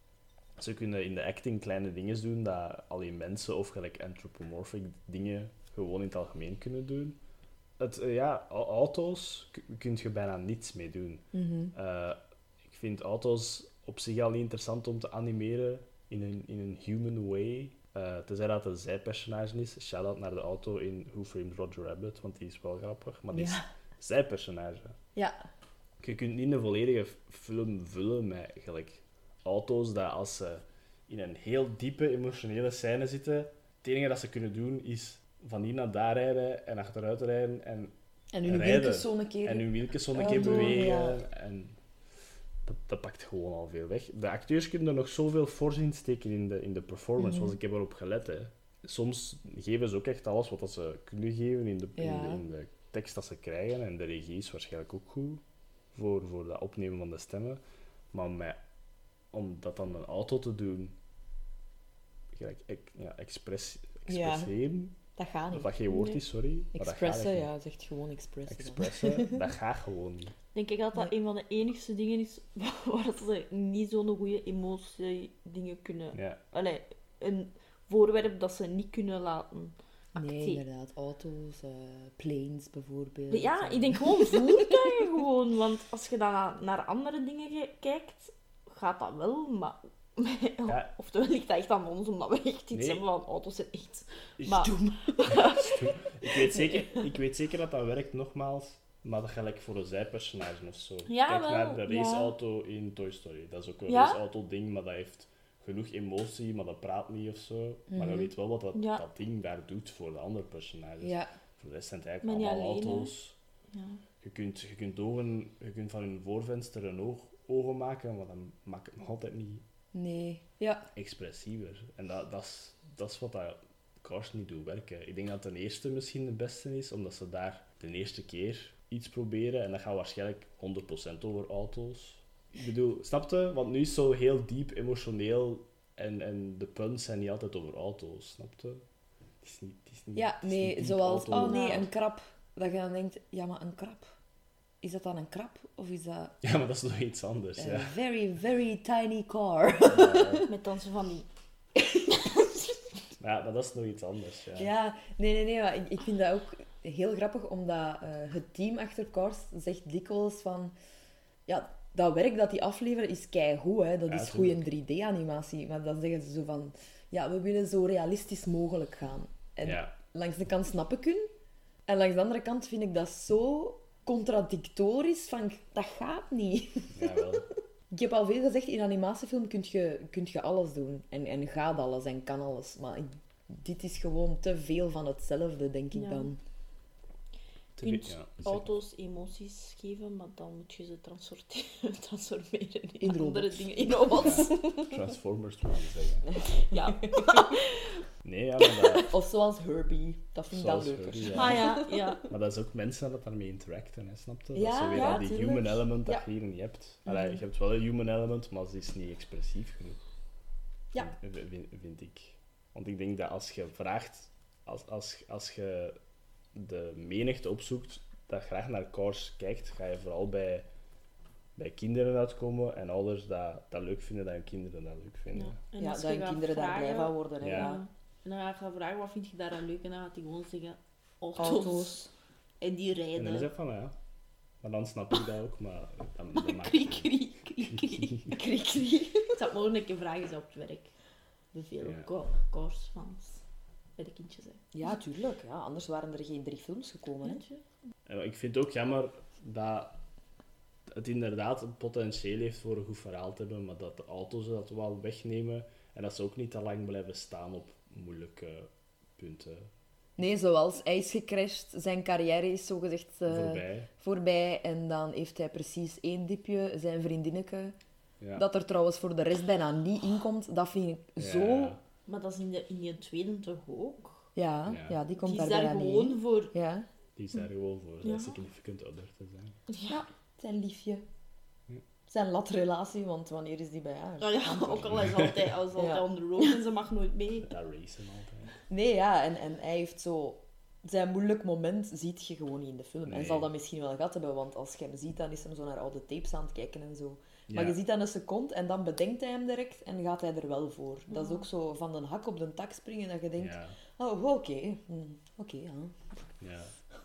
Ze kunnen in de acting kleine dingen doen dat alleen mensen of gelijk anthropomorphic dingen gewoon in het algemeen kunnen doen. Het, eh, ja, au- auto's k- kun je bijna niets mee doen. Mhm. Eh, ik vind auto's op zich al niet interessant om te animeren in een, in een human way. Uh, tenzij dat het een zijpersonage is. Shout-out naar de auto in Who Framed Roger Rabbit, want die is wel grappig. Maar die Ja. is zijpersonage. Ja. Je kunt niet een volledige f- film vullen met gelijk auto's dat als ze in een heel diepe emotionele scène zitten, het enige dat ze kunnen doen is van hier naar daar rijden en achteruit rijden en, En hun Rijden. wieltjes zo'n keer. en hun wieltjes zo'n Ja, keer doen, bewegen. ja. En dat, dat pakt gewoon al veel weg. De acteurs kunnen er nog zoveel force in steken in de, in de performance, Mhm. zoals ik heb erop gelet. Hè. Soms geven ze ook echt alles wat dat ze kunnen geven in de, in, Ja. de, in de tekst dat ze krijgen. En de regie is waarschijnlijk ook goed voor, voor dat opnemen van de stemmen. Maar met, om dat dan een auto te doen, gelijk, ek- ja, express, expresseren, Dat gaat niet. of dat geen woord Nee. is, sorry. maar dat gaat Expressen, echt ja, zegt gewoon expressen. dan. niet. Expressen, dat gaat gewoon niet. Denk ik dat dat Nee. een van de enigste dingen is waar ze niet zo'n goede emotie dingen kunnen... Ja. Allee, een voorwerp dat ze niet kunnen laten Nee, acteren. inderdaad. Auto's, eh, planes bijvoorbeeld. Ja, eh. ik denk gewoon voertuigen gewoon. Want als je dan naar, naar andere dingen ge- kijkt, gaat dat wel, maar... Ja. Oftewel ligt dat echt aan ons, omdat we echt iets Nee. hebben van auto's zijn echt... Is Maar- stoem. ik, weet zeker, ik weet zeker dat dat werkt, nogmaals. Maar dat gelijk voor een zijpersonage of zo. Ja, Kijk wel, naar de ja. raceauto in Toy Story. Dat is ook een Ja? raceauto-ding, maar dat heeft genoeg emotie, maar dat praat niet of zo. Maar je Mhm. weet wel wat dat, Ja. dat ding daar doet voor de andere personages. Ja. Voor de rest zijn het eigenlijk Maar niet allemaal alleen, hè. auto's. Ja. Je kunt, je, kunt ogen, je kunt van hun voorvenster een oog, ogen maken, maar dan maakt het nog altijd niet Nee. Ja. expressiever. En dat, dat, is, dat is wat dat Cars niet doet werken. Ik denk dat ten eerste misschien de beste is, omdat ze daar de eerste keer iets proberen. En dat gaat waarschijnlijk honderd procent over auto's. Ik bedoel, snapte? Want nu is het zo heel diep emotioneel en, en de puns zijn niet altijd over auto's, snapte? Het is niet, het is niet, Ja, het is niet nee, diep zoals... auto. Oh nee, Ja. een krab. Dat je dan denkt, ja, maar een krab. Is dat dan een krab? Of is dat Ja, maar dat is nog iets anders. een Ja. very, very tiny car? Ja, Met dan zo van die... ja, maar dat is nog iets anders. Ja. Ja, nee, nee, nee. Maar ik, ik vind dat ook heel grappig, omdat eh, het team achter Cars zegt dikwijls van... Ja, dat werk dat die afleveren is keigoed, hè. Dat Ja, is tuurlijk. goede drie D-animatie. Maar dan zeggen ze zo van... Ja, we willen zo realistisch mogelijk gaan. En Ja. langs de kant snap ik hun. En langs de andere kant vind ik dat zo contradictorisch van... Dat gaat niet. Jawel. Ik heb al veel gezegd, in animatiefilm kun je, kun je alles doen. En, en gaat alles en kan alles. Maar ik- dit is gewoon te veel van hetzelfde, denk ik Ja. dan. Te Je kunt veel- ja, zeg- auto's emoties geven, maar dan moet je ze transporteren, transformeren in, In andere robots. dingen. In robots. Transformers, moet je zeggen. Ja. Nee, ja, maar dat, Of zoals Herbie. Dat vind ik dan Zoals leuker. Herbie, ja. Ah ja, ja. maar dat is ook mensen dat daarmee interacten, hè, snap je? Dat Ja, is zo weer ja, al die tuurlijk. human element dat Ja. je hier niet hebt. Allee, je hebt wel een human element, maar ze is niet expressief genoeg. Ja. Vind, vind, vind ik. Want ik denk dat als je vraagt, als, als, als je de menigte opzoekt dat graag naar Cars kijkt, ga je vooral bij, bij kinderen uitkomen en ouders dat, dat leuk vinden, dat hun kinderen dat leuk vinden. Ja. En Ja, als dat je hun gaat kinderen daar blij vragen- van worden. Hè, Ja. ja. Ja. En dan ga je gaan vragen, wat vind je daar aan leuk? En dan gaat hij gewoon zeggen, auto's. Auto's. En die En dan is rijden. het van, ja. Maar dan snap ik dat ook, maar dat, dat maakt Kriek, kriek, kriek, kriek. Krik, krik. Ik zou morgen een keer vragen ze op het werk. De veel Ja. Cars-fans. Bij de kindjes, hè. Ja, tuurlijk. Ja, anders waren er geen drie films gekomen. Hè. Weet je? En ik vind het ook jammer dat het inderdaad een potentieel heeft voor een goed verhaal te hebben, maar dat de auto's dat wel wegnemen en dat ze ook niet te lang blijven staan op moeilijke punten. Nee, zoals hij is gecrashed, zijn carrière is zogezegd eh Voorbij. voorbij. En dan heeft hij precies één dipje, zijn vriendinneke. Ja. Dat er trouwens voor de rest bijna niet inkomt. Dat vind ik Ja, zo... ja. Maar dat is in, de, in die tweede toch ook? Ja, Ja. ja. die komt Die daar is daar bijna niet gewoon in. voor... Ja, Die is daar gewoon voor, Ja. zijn significant other te zijn. Ja. zijn liefje. Ja. Zijn latrelatie, want wanneer is die bij haar? Nou ja, ook al is hij altijd, hij is altijd Ja. on the road en ze mag nooit mee. Dat racen altijd. Nee, ja, en, en hij heeft zo... Zijn moeilijk moment ziet je gewoon niet in de film. En Nee. zal dat misschien wel gehad hebben, want als je hem ziet, dan is hij zo naar oude tapes aan het kijken en zo. Maar Ja. je ziet dan een seconde en dan bedenkt hij hem direct en gaat hij er wel voor. Dat is ook zo van de hak op de tak springen, dat je denkt... Ja. Oh, oké. Hm, oké, ja. Ja.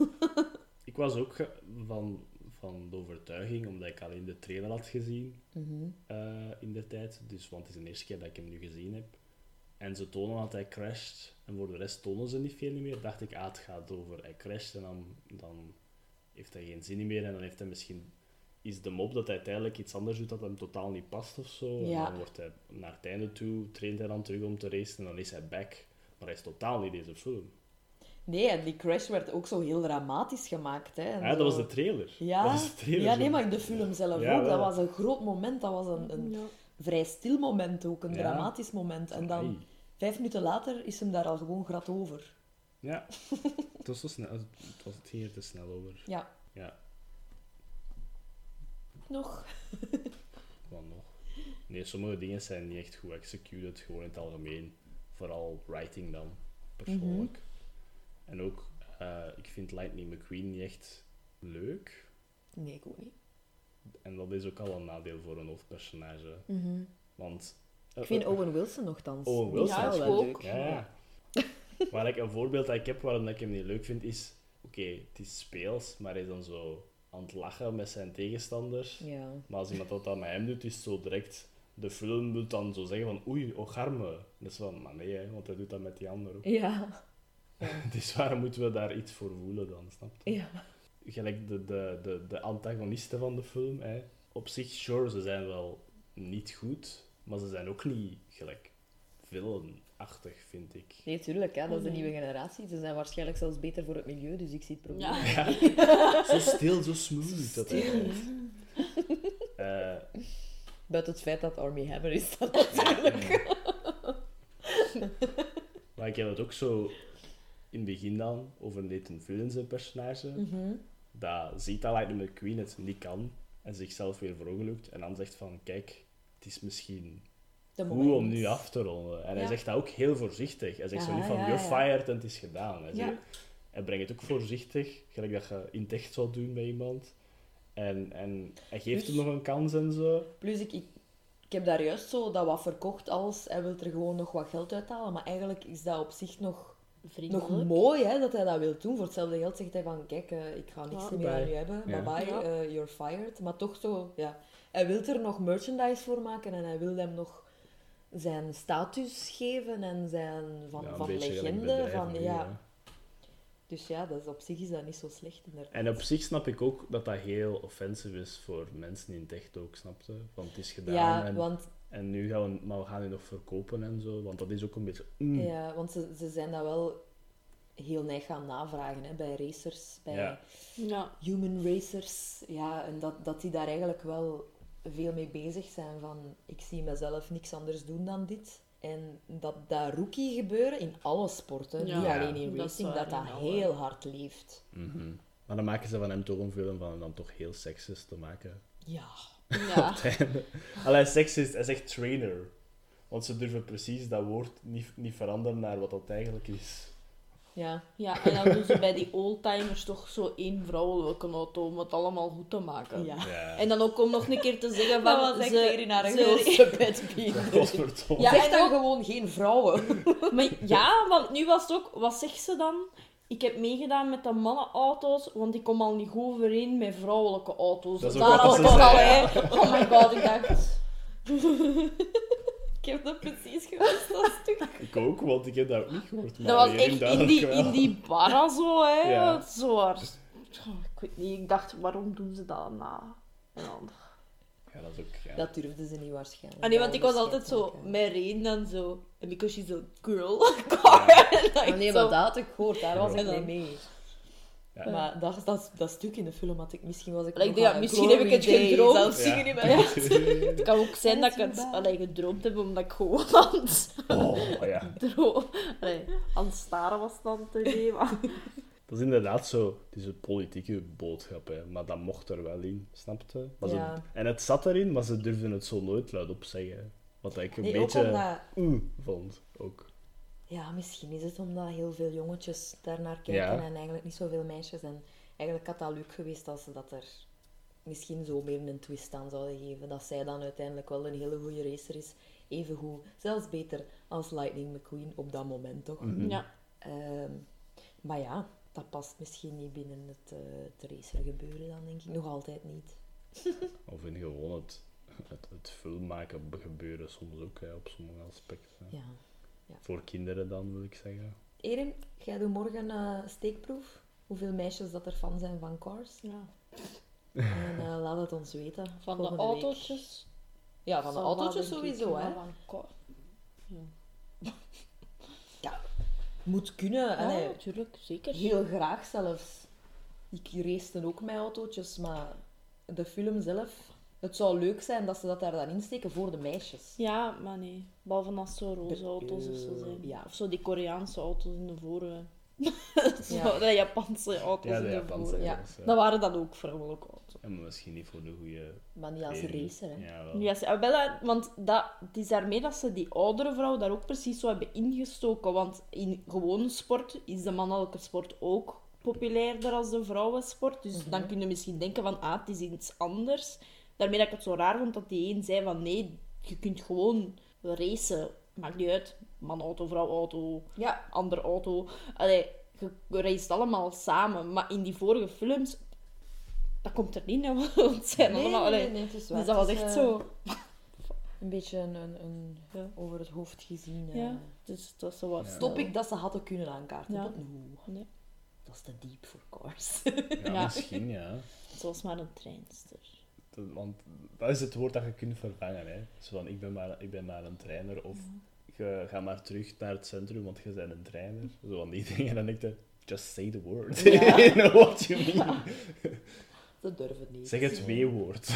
Ik was ook ge- van, van de overtuiging, omdat ik alleen de trailer had gezien Mhm. eh, in de tijd. Dus, want het is de eerste keer dat ik hem nu gezien heb. En ze tonen dat hij crasht. En voor de rest tonen ze niet veel meer. Dacht ik, ah, het gaat over hij crasht en dan, dan heeft hij geen zin meer. En dan heeft hij misschien... Is de mop dat hij uiteindelijk iets anders doet dat hem totaal niet past of zo. Ja. En dan wordt hij naar het einde toe, traint hij dan terug om te racen en dan is hij back. Maar hij is totaal niet deze film. Nee, en die crash werd ook zo heel dramatisch gemaakt. Hè, en Ah, dat zo. was de trailer. Ja, Dat was de trailer ja zo. nee, maar in de film zelf Ja, ook. Dat wel. was een groot moment. Dat was een, een Ja. vrij stil moment ook, een Ja. dramatisch moment. En dan, Amai. vijf minuten later, is hem daar al gewoon grat over. Ja, het was zo snel. Het, was, het ging er te snel over. Ja. Ja, Nog? wat nog? Nee, sommige dingen zijn niet echt goed executed, gewoon in het algemeen. Vooral writing dan, persoonlijk. En ook, eh, ik vind Lightning McQueen niet echt leuk. Nee, ik ook niet. En dat is ook al een nadeel voor een hoofdpersonage. Want... Ik vind Owen Wilson nogthans. Owen Wilson die is is wel ook. leuk. Ja, ja. Waar ik een voorbeeld dat ik heb waarom ik hem niet leuk vind, is... Oké, het is speels, maar hij is dan zo aan het lachen met zijn tegenstanders. Ja. Maar als iemand dat dan met hem doet, is het zo direct... De film wil dan zo zeggen van... Oei, ocharme. Dat is van... Maar nee, hè, want hij doet dat met die ander ook. Ja. Dus waarom moeten we daar iets voor voelen dan, snap je? Ja. Gelijk de, de, de, de antagonisten van de film, hè. Op zich, sure, ze zijn wel niet goed, maar ze zijn ook niet gelijk villainachtig, vind ik. Nee, tuurlijk. Ja, dat is de Mhm. nieuwe generatie. Ze zijn waarschijnlijk zelfs beter voor het milieu, dus ik zie het probleem. Ja. Zo stil, zo smooth. Dat hij Stil. is. Eh, Buiten het feit dat Armie Hammer is dat natuurlijk. maar ik heb het ook zo in het begin dan over Nathan Fillion zijn personage. Mhm. Dat ziet dat Lightning McQueen het niet kan en zichzelf weer verongelukt. En dan zegt van, kijk, het is misschien De goed moment. om nu af te ronden. En hij Ja. zegt dat ook heel voorzichtig. Hij zegt zo Ja, niet van, ja, you're ja. fired en het is gedaan. Hij, Ja. zegt, hij brengt het ook voorzichtig, gelijk dat je in het echt zou doen bij iemand. En, en hij geeft Dus- hem nog een kans en zo. Plus, ik, ik, ik heb daar juist zo dat wat verkocht als hij wil er gewoon nog wat geld uithalen. Maar eigenlijk is dat op zich nog, Vriendelijk. nog mooi hè, dat hij dat wil doen. Voor hetzelfde geld zegt hij van, kijk, eh, ik ga niks Ja. meer aan Bye. u hebben. Ja. Bye bye, Ja. eh, you're fired. Maar toch zo, ja. Hij wil er nog merchandise voor maken en hij wil hem nog zijn status geven en zijn van, Ja, een van beetje gelijk legende. bedrijven Van, nu, ja. hè. Dus ja, dat is, op zich is dat niet zo slecht inderdaad. En op zich snap ik ook dat dat heel offensive is voor mensen in het echt ook, snapte? Want het is gedaan Ja, en, want, en nu gaan we, maar we gaan nu nog verkopen en zo, want dat is ook een beetje... mm. ja, want ze, ze zijn dat wel heel neig gaan navragen hè, bij racers, bij Ja. Ja. human racers. Ja, en dat, dat die daar eigenlijk wel veel mee bezig zijn van ik zie mezelf niks anders doen dan dit. En dat dat rookie gebeuren in alle sporten, Ja, niet alleen in dat is racing, waar, dat dat in alle. heel hard leeft. Mhm. Maar dan maken ze van hem toch een film van hem dan toch heel seksist te maken. Ja. Ja. Allee, seksist, hij zegt trainer. Want ze durven precies dat woord niet, niet veranderen naar wat dat eigenlijk is. Ja. Ja, en dan doen ze bij die oldtimers toch zo één vrouwelijke auto om het allemaal goed te maken. Ja. Ja. En dan ook om nog een keer te zeggen van... Dat was echt ze, weer in haar ze- grootste bedbeen. Godverdomme. Ja, Zeg en dan ook- gewoon geen vrouwen. Maar ja, want nu was het ook... Wat zegt ze dan? Ik heb meegedaan met de mannenauto's, want ik kom al niet goed overeen met vrouwelijke auto's. Dat is ook Daar wat al ze toch al, zei, hè. Oh my god, ik dacht... ik heb dat precies gewist, dat stuk. Ik ook, want ik heb dat ook niet gehoord. Maar Dat was hierin echt in duidelijk die, wel. in die barra zo, hè. Ja. Zo waar... Oh, ik weet niet, ik dacht, waarom doen ze dat na? En dan... Ja, dat is ook... Ja. Dat durfden ze niet waarschijnlijk. Ah nee, want ik was Dat altijd zo onderscheid met Reen dan zo... En because she's a girl car. En dan maken. Ah, nee, zo- maar dat had ik gehoord, daar was ik Ja. mee mee. Ja. Maar dat, dat, dat stuk in de film had ik misschien was ik Maar ik nog denk, aan ja, een misschien heb ik het Glory Day, gedroomd. zelfs Ja. zingen in mijn hoofd. Het kan ook zijn dat ik het That's allee, gedroomd heb, omdat ik gewoon aan het, Oh, ja. droom, allee, aan het staren was dan te leven. Dat is inderdaad zo... Het is een politieke boodschap, hè. Maar dat mocht er wel in, snapte? Maar ze- Ja. En het zat erin, maar ze durfden het zo nooit luidop zeggen. Wat ik een Nee, ook beetje... omdat... oeh vond, ook. Ja, misschien is het omdat heel veel jongetjes daarnaar kijken Ja. en eigenlijk niet zoveel meisjes. En eigenlijk had dat leuk geweest als ze dat er misschien zo meer een twist aan zouden geven. Dat zij dan uiteindelijk wel een hele goede racer is. Evengoed, zelfs beter als Lightning McQueen op dat moment, toch? Mhm. Ja. Ehm, maar ja, dat past misschien niet binnen het, uh, het racer gebeuren dan, denk ik. Nog altijd niet. Of in gewoon het, het, het filmmaken gebeuren soms ook, hè, op sommige aspecten. Ja. Voor kinderen dan, wil ik zeggen. Erin, jij doet morgen een steekproef. Hoeveel meisjes dat er fan zijn van Cars. Ja. En uh, laat het ons weten. Van de volgende week. autootjes. Ja, van de Zal autootjes dat, denk ik, sowieso, maar hè. van ko- Moet kunnen. Ja, Allee, natuurlijk, zeker. heel graag zelfs. Ik race ook met autootjes, maar de film zelf... Het zou leuk zijn dat ze dat daar dan insteken voor de meisjes. Ja, maar nee. Behalve als zo roze auto's of zo zijn. ja. Of zo die Koreaanse auto's in de vorige. zo, Ja. de Japanse auto's Ja, in de de Japanse. vorige. Ja. jongens, ja. Dat waren dan ook vrouwelijke auto's. Ja, maar misschien niet voor de goede... Maar niet als reden. racer, hè. Ja, wel. Ja, ze- ah, wel, eh, want dat, het is daarmee dat ze die oudere vrouw daar ook precies zo hebben ingestoken. Want in gewone sport is de mannelijke sport ook populairder als de vrouwensport. Dus dan kun je misschien denken van, ah, het is iets anders. Daarmee dat ik het zo raar vond dat die een zei van, nee, je kunt gewoon racen. Maakt niet uit. Man-auto, vrouw-auto, Ja. andere auto. Allee, je racet allemaal samen. Maar in die vorige films, dat komt er niet, hè, want het zijn Nee, allemaal... nee, allee, nee, het is waar. dus dat was Het is, echt eh, zo... Een beetje een, een, een Ja. over het hoofd gezien. eh, Ja, dus dat is zo wat Ja. snel. Topic dat ze hadden kunnen aankaarten. Ja. Dat, no, Nee, dat is te diep voor Cars. Ja, Ja. misschien, ja. het was maar een treinster. Dat- Want dat is het woord dat je kunt vervangen, hè. Zo van, ik ben maar, ik ben maar een trainer, of je ga maar terug naar het centrum, want je bent een trainer. Zo van die dingen. En dan denk je, just say the word. Ja. You know what you mean. Ze durven het niet. Zeg het W-woord.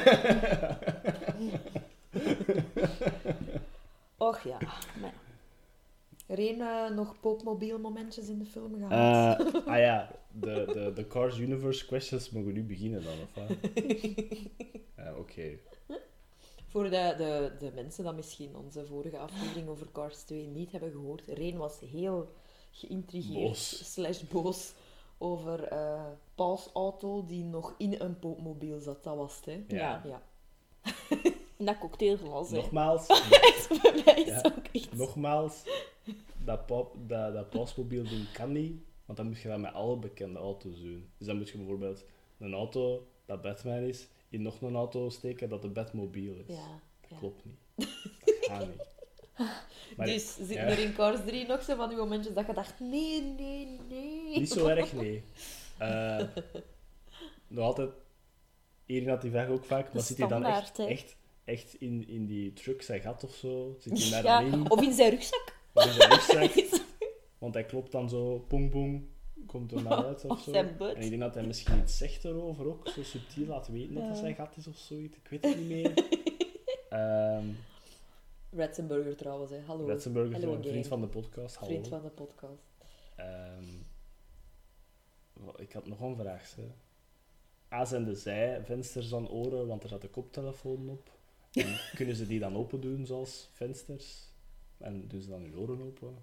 Och ja. Maar Reen, eh, nog popmobielmomentjes in de film gehad? Eh, ah ja, de, de, de Cars Universe questions mogen nu beginnen dan, of wat? Ja, oké. Voor de, de, de mensen die misschien onze vorige aflevering over Cars twee niet hebben gehoord. Reen was heel geïntrigeerd Boos. slash boos over eh Paul's auto die nog in een popmobiel zat. Dat was het, hè? Ja. Ja. in dat cocktailglas, hè. Nogmaals, Bij mij is Ja. ook echt... nogmaals, dat, pop, dat, dat pausmobiel ding kan niet, want dan moet je dat met alle bekende auto's doen. Dus dan moet je bijvoorbeeld een auto dat Batman is, in nog een auto steken dat de Batmobiel is. Ja. Dat ja. klopt niet. Dat gaat niet. Maar Dus zitten ja. er in Cars drie nog zo van die momentjes dat je dacht, nee, nee, nee. Niet zo erg, nee. Uh, nog altijd... Erin had die vraag ook vaak, maar zit hij dan echt, echt, echt in, in die truck zijn gat of zo? Zit hij daar Ja, dan in? of in zijn rugzak. Of in zijn rugzak? Want hij klopt dan zo, pong pong, komt er maar uit of Of zo. zijn butt. En ik denk dat hij misschien iets zegt erover ook, zo subtiel laat weten dat Ja. dat zijn gat is of zoiets. Ik weet het niet meer. um, Ratzenburger trouwens, hè. Hallo. Ratzenburger, Hallo, een vriend gang. van de podcast. Hallo. Vriend van de podcast. Um, ik had nog een vraag. Hè. A, zijn de zijvensters dan oren, want er zat een koptelefoon op. En kunnen ze die dan open doen zoals vensters? En doen ze dan hun oren open?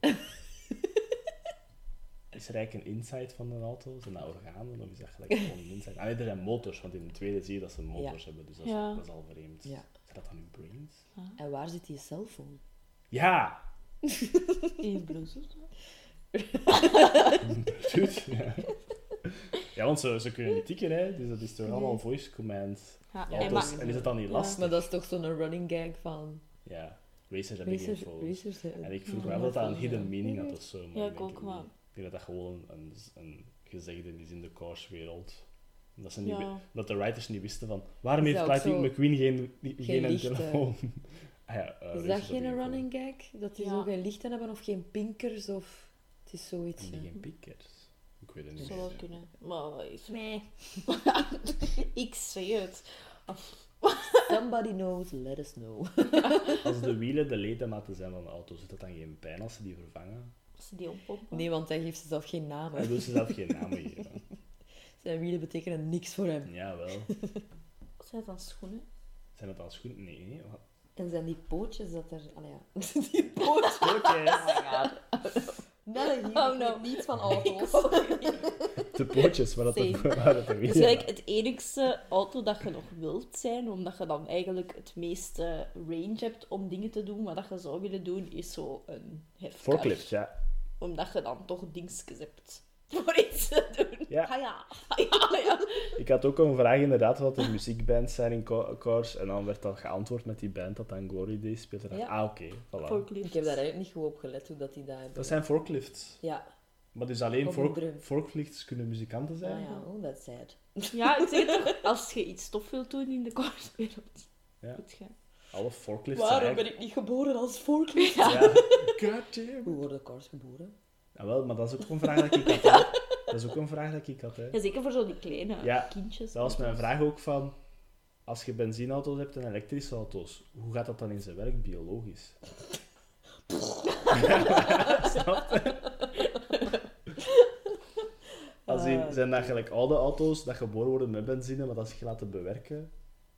Is er eigenlijk een inside van een auto? Zijn dat organen of is dat gelijk gewoon een inside? Ah nee, er zijn motors, want in de tweede zie je dat ze motors Ja. hebben, dus dat is, Ja. dat is al vreemd. Ja. Zijn dat dan hun brains? En waar zit die cellphone? Ja! In Brussel. Dude, ja. Ja, want ze, ze kunnen niet tikken, hè, dus dat is toch allemaal voice command. Ja, Ja, en Auto's. maar- En is het dan niet Ja. lastig? Maar dat is toch zo'n running gag van... Ja, racers hebben geen Racers, phones. racers, hè. En ik vroeg Ja, me af dat dat een ja. hidden meaning had of zo. Maar Ja, ik ik denk ook, het maar- niet. Ik denk dat dat gewoon een, een gezegde is in de Cars-wereld. Dat, ze niet Ja. wi- dat de writers niet wisten van... Waarom Is heeft dat ook Lightning zo- McQueen geen, geen, geen licht, eh? telefoon? ah, ja, uh, Is racers dat hebben geen phone. running gag? Dat die Ja. zo geen lichten hebben of geen pinkers of... Het is zoiets... En die ja. geen pikkers. Ik weet het niet. Zou wel meer. kunnen. Maar is mij. Ik zeg het. Somebody knows, let us know. Als de wielen de ledematen zijn van de auto, zit dat dan geen pijn als ze die vervangen? Als ze die oppompen. Nee, want hij geeft ze zelf geen naam. Hij hè. wil ze zelf geen namen geven. Zijn wielen betekenen niks voor hem. Jawel. Zijn het dan schoenen? Zijn het dan schoenen? Nee. Wat? En zijn die pootjes dat er... Allee, ja. Die poot. Oké. Nelle hier, Oh, ik no. weet niets van auto's. De pootjes, waar dat de, Same. waar dat de Het wielen is eigenlijk het enigste auto dat je nog wilt zijn, omdat je dan eigenlijk het meeste range hebt om dingen te doen. Wat dat je zou willen doen, is zo een hefkar. Forklift, ja. Omdat je dan toch dingetjes hebt voor iets te doen. Ja. Ah ja, ah ja, ah ja. Ik had ook een vraag inderdaad wat er muziekbands zijn in Ca- Cars. En dan werd dan geantwoord met die band dat dan Glory Days speelt. En dacht, Ja. ah oké, voilà. Forklift. Ik heb daar eigenlijk niet goed op gelet hoe dat die daar hebben. Dat zijn forklifts. Ja. Maar dus alleen Op fork- een drum. forklifts kunnen muzikanten Ah zijn? ja, oh, that's sad. Ja, ik zeg het toch, als je iets tof wilt doen in de carswereld. Ja. Moet je. Alle forklifts Waarom zijn ben ik niet geboren als forklift? eigenlijk- Ja. God damn. Hoe worden cars geboren? Ja, wel, maar dat is ook een vraag dat ik had. Hè. Dat is ook een vraag dat ik had. Hè. Ja, zeker voor zo die kleine Ja, kindjes. Dat was mijn vraag ook van... Als je benzineauto's hebt en elektrische auto's, hoe gaat dat dan in zijn werk biologisch? Snap je? Als in, Ah, zijn dat gelijk oude auto's dat geboren worden met benzine, maar dat zich laten bewerken?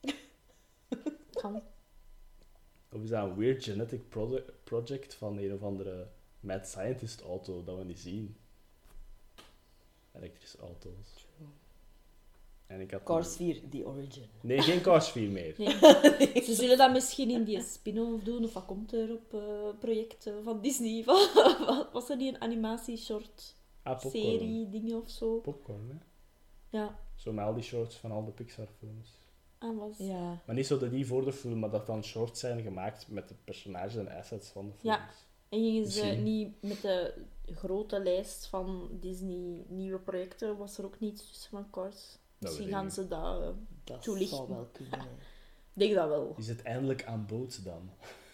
Kan. Of is dat een weird genetic produ- project van een of andere mad scientist auto dat we niet zien? Elektrische auto's. En ik had Cars vier, The Origin. Nee, geen Cars vier meer. Nee. Ze zullen dat misschien in die spin-off doen, of wat komt er op uh, projecten van Disney? Van, was er niet een animatieshort Ah, popcorn. serie, dingen of zo? Popcorn, hè? Ja, Zo met al die shorts van al de Pixar-films. en was. Ja. Maar niet zo dat die voor de film, maar dat dan shorts zijn gemaakt met de personages en assets van de films. Ja. En gingen ze Misschien. niet met de grote lijst van Disney nieuwe projecten, was er ook niets tussen van Cars? Misschien weet ik gaan niet. ze dat uh, Dat toelichten. zou wel kunnen. hè. Ik denk dat wel. Is het eindelijk aan boord dan?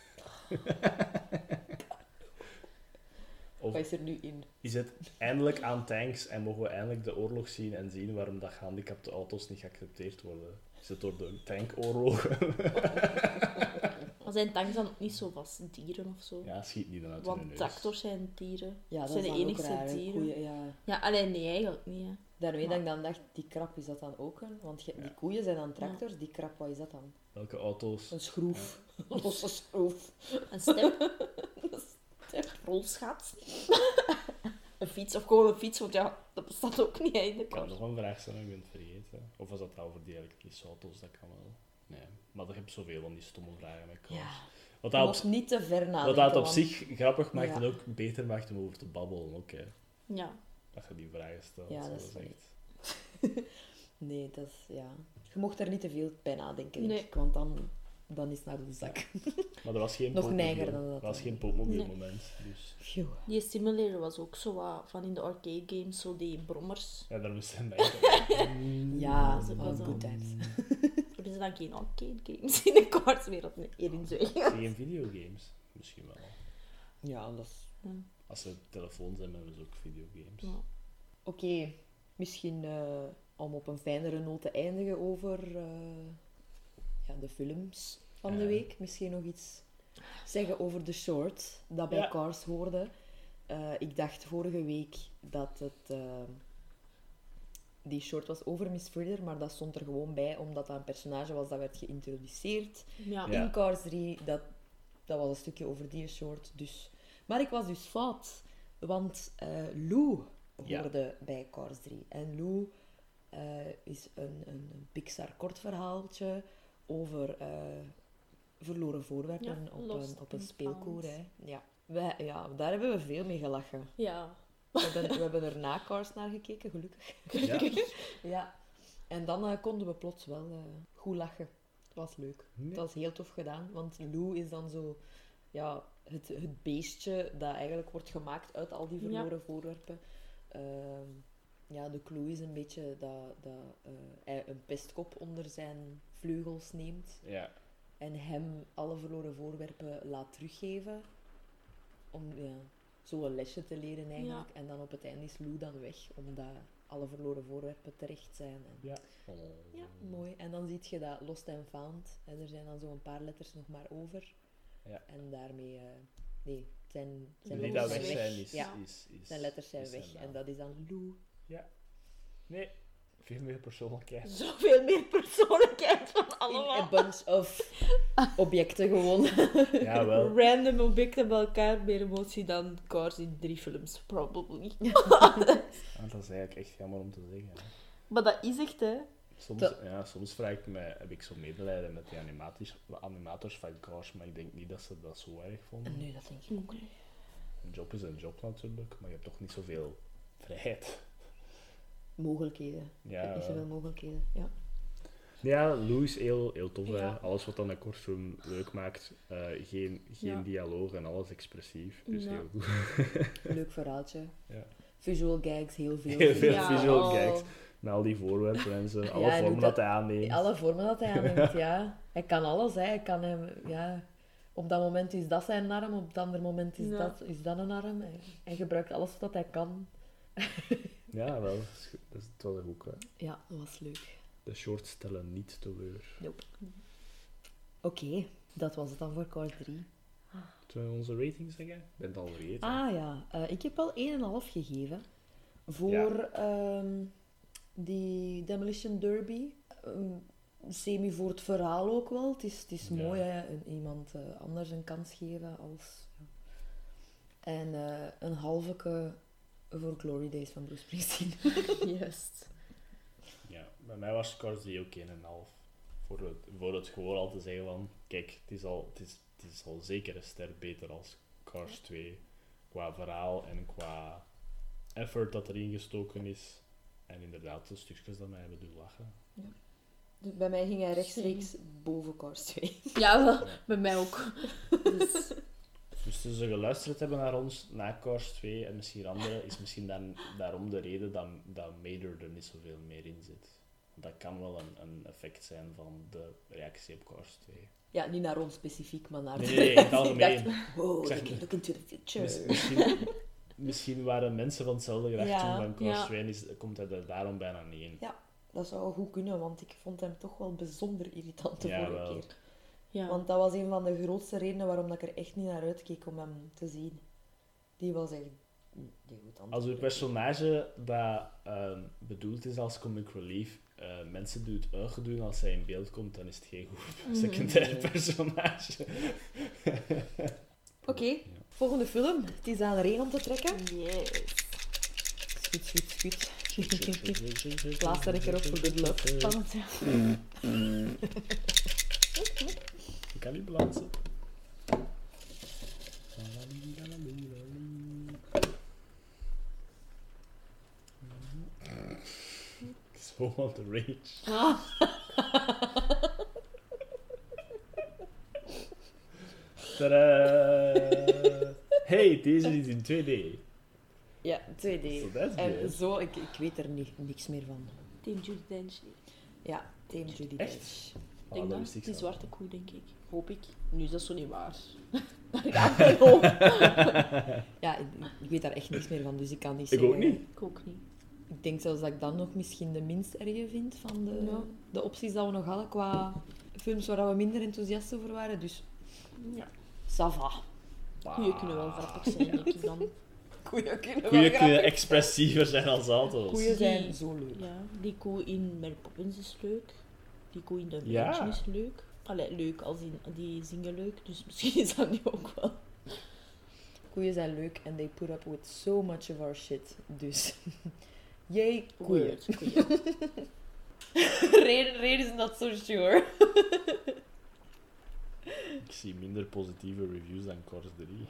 Of Wat is er nu in? is het eindelijk aan tanks en mogen we eindelijk de oorlog zien en zien waarom dat gehandicapte auto's niet geaccepteerd worden? Is het door de tankoorlogen? Maar zijn tanks dan ook niet zo vast dieren of zo? Ja, schiet niet dan uit hun Want neus. tractors zijn dieren. Ja, dat zijn is de dan ook enigste raar, hè. dieren. Koeien, ja. Ja, alleen nee, eigenlijk niet. Hè. Daarmee Maar- dat ik dan dacht, die krap, is dat dan ook een? Want je- die Ja. koeien zijn dan tractors, die krap, wat is dat dan? Welke auto's? Een schroef. Een losse schroef. Een step. Een step. Rolschaats. Een fiets, of gewoon een fiets, want ja, dat bestaat ook niet hè, in de Ik kan kar. nog een vraag stellen, ik ben het vergeten. Of was dat nou over die elektrische auto's? Dat kan wel. Nee, maar je hebt zoveel van die stomme vragen met cars. Ja. Wat Je dat op, mocht niet te ver nadenken. wat dat op want- zich grappig maakt Ja. en ook beter maakt om over te babbelen. Ook, hè. Ja. Dat je die vragen stelt. Ja, zo, dat is is waar. echt... Nee, dat is... Ja. Je mocht er niet te veel bij nadenken, denk Nee. ik. Want dan dan is het naar de zak. Maar er was geen Nog popmobiel. neiger dan dat. Er was geen popmobielmoment. Dus. Phew. Die simulator was ook zo wat van in de arcade games, zo die brommers. Ja, daar moest hij Ja, dat is ook wel oh, zo. good times. Er zijn dan geen arcade games in de kaartwereld meer in Zweden. Geen videogames. Misschien wel. Ja, dat is... Als ze telefoons hebben, hebben ze ook videogames. Ja. Oké, misschien eh, om op een fijnere noot te eindigen over eh, ja, de films van de Ja. week. Misschien nog iets zeggen over de short dat bij Ja. Cars hoorde. Eh, ik dacht vorige week dat het, eh, die short was over Miss Fritter, maar dat stond er gewoon bij omdat dat een personage was dat werd geïntroduceerd Ja. Ja. in Cars drie. Dat, dat was een stukje over die short. Dus. Maar ik was dus fout, want eh, Lou Ja. hoorde bij Cars drie. En Lou eh, is een, een, een Pixar kortverhaaltje over eh, verloren voorwerpen Ja, op, Lost een, op een and speelkoer. Found. Hè. Ja. Wij, ja, daar hebben we veel mee gelachen. Ja. We hebben, we hebben er na Cars naar gekeken, gelukkig. Ja. Ja. En dan eh, konden we plots wel eh, goed lachen. Het was leuk. Nee. Het was heel tof gedaan, want Lou is dan zo... Ja, het, het beestje dat eigenlijk wordt gemaakt uit al die verloren Ja. voorwerpen. Ehm, ja, de clue is een beetje dat, dat eh, hij een pestkop onder zijn vleugels neemt Ja. en hem alle verloren voorwerpen laat teruggeven. Om ja, zo een lesje te leren eigenlijk. En dan op het einde is Lou dan weg, omdat alle verloren voorwerpen terecht zijn. En, Ja. Oh. ja, mooi. En dan zie je dat Lost and Found. En er zijn dan zo een paar letters nog maar over. Ja. En daarmee... eh, nee, zijn, zijn Die letters dat weg zijn is... Ja, is, is zijn letters zijn is weg. zijn En naam. dat is dan Lou. Nee, veel meer persoonlijkheid. Zoveel meer persoonlijkheid van In allemaal. a bunch of objecten gewoon. Ja, wel. Random objecten bij elkaar, meer emotie dan Cars in drie films, probably. Ah, dat is eigenlijk echt jammer om te zeggen. Hè. Maar dat is echt, hè. Soms, Dat- ja, soms vraag ik me, heb ik zo medelijden met die animators, animators van Cars, maar ik denk niet dat ze dat zo erg vonden. Nee, dat denk ik ook niet. Een job is een job natuurlijk, maar je hebt toch niet zoveel vrijheid. Mogelijkheden. Ja, Je hebt niet wel. zoveel mogelijkheden. Ja. Ja, Lou is heel, heel tof. Hè. Ja. Alles wat dan een kortfilm leuk maakt. eh, geen geen Ja. dialoog en alles expressief. Dus Ja. heel goed. Leuk verhaaltje. Ja. Visual gags, heel veel. Heel veel Ja, visual oh. gags. Met al die voorwerpen en zo. Alle Ja, en vormen hoe dat dat- hij aanneemt. Alle vormen dat hij aanneemt, ja. Hij kan alles, hè. Hij kan hem, ja... Op dat moment is dat zijn arm, op het andere moment is, Ja. dat, is dat een arm. Hij, hij gebruikt alles wat hij kan. Ja, wel. Dat is, goed. Dat is, het was een goed. Hè. Ja, dat was leuk. De shorts stellen niet teleur. Nope. Oké, dat was het dan voor Cars drie. Zullen we onze rating zeggen? Ik ben het al vergeten. Ah ja, eh, ik heb al één komma vijf gegeven. Voor ehm, die Demolition Derby. Ehm, semi voor het verhaal ook wel. Het is, het is Ja. mooi, hè. Een- iemand eh, anders een kans geven als... Ja. En eh, een halveke voor Glory Days van Bruce Springsteen. Juist. Ja, bij mij was Cars drie ook één komma vijf. Voor het, voor het gewoon al te zeggen van... Kijk, het is al, het is, het is al zeker een ster beter als Cars twee. Qua verhaal en qua effort dat erin gestoken is. En inderdaad, de stukjes dat mij hebben doen lachen. Dus bij mij ging hij rechtstreeks boven Cars twee. Ja, wel. Bij mij ook. Dus, Dus als ze geluisterd hebben naar ons, na Cars twee en misschien andere, is misschien dan, daarom de reden dat, dat Mater er niet zoveel meer in zit. Dat kan wel een, een effect zijn van de reactie op Cars twee. Ja, niet naar ons specifiek, maar naar Nee, de nee, nee, in het rest. Ik algemeen. dacht, wow, Ik zeg they niet. can look into the future. Miss- misschien, misschien waren mensen van hetzelfde gedacht Ja, toen van Cars ja. twee en is, komt hij er daarom bijna niet in. Dat zou goed kunnen, want ik vond hem toch wel bijzonder irritant de Ja, vorige wel. keer. ja. Want dat was een van de grootste redenen waarom dat ik er echt niet naar uitkeek om hem te zien. Die was echt... Die goed aan Als uw personage dat ehm, bedoeld is als comic relief, eh, mensen doet uitgedoen als hij in beeld komt, dan is het geen goed secundair Nee. personage. Oké, volgende film. Het is aan er één om te trekken. Yes. Schiet, schiet, schiet. Plaats er een keer op voor good luck. Spannend, ja. Ik kan niet balansen. Zo on the rage. Ah. Tadaa. Hey, deze is in twee D. Ja, twee D. So that's En good. zo, ik, ik weet er ni- niks meer van. Team Judi Dench. Ja, Team Judi Echt? Dench. Ik denk Ah, dat dat. wist ik Die zelf. zwarte koe, denk ik. Hoop ik. Nu is dat zo niet waar. Daar gaat het om. Ja, ik, ik weet daar echt niks meer van, dus ik kan niet Ik zeggen. ook niet. Ik ook niet. Ik denk zelfs dat ik dan nog misschien de minst erge vind van de, Ja. de opties dat we nog hadden qua films waar we minder enthousiast over waren. Dus, Ja. ça va. Goeie kunnen wel grappig zijn, denk ik dan. Goeie kunnen Goeie kunnen expressiever zijn als auto's. Goeie zijn zo leuk. Ja, die koe in Mary Poppins is leuk. Die koe in The Ja. Mansion is leuk. Allee, leuk, als in, die zingen leuk, dus misschien is dat nu ook wel. Koeien zijn leuk en they put up with so much of our shit. Dus, yay, koeien. Word, koeien. Reden, reden is not so sure. Ik zie minder positieve reviews dan Cars drie.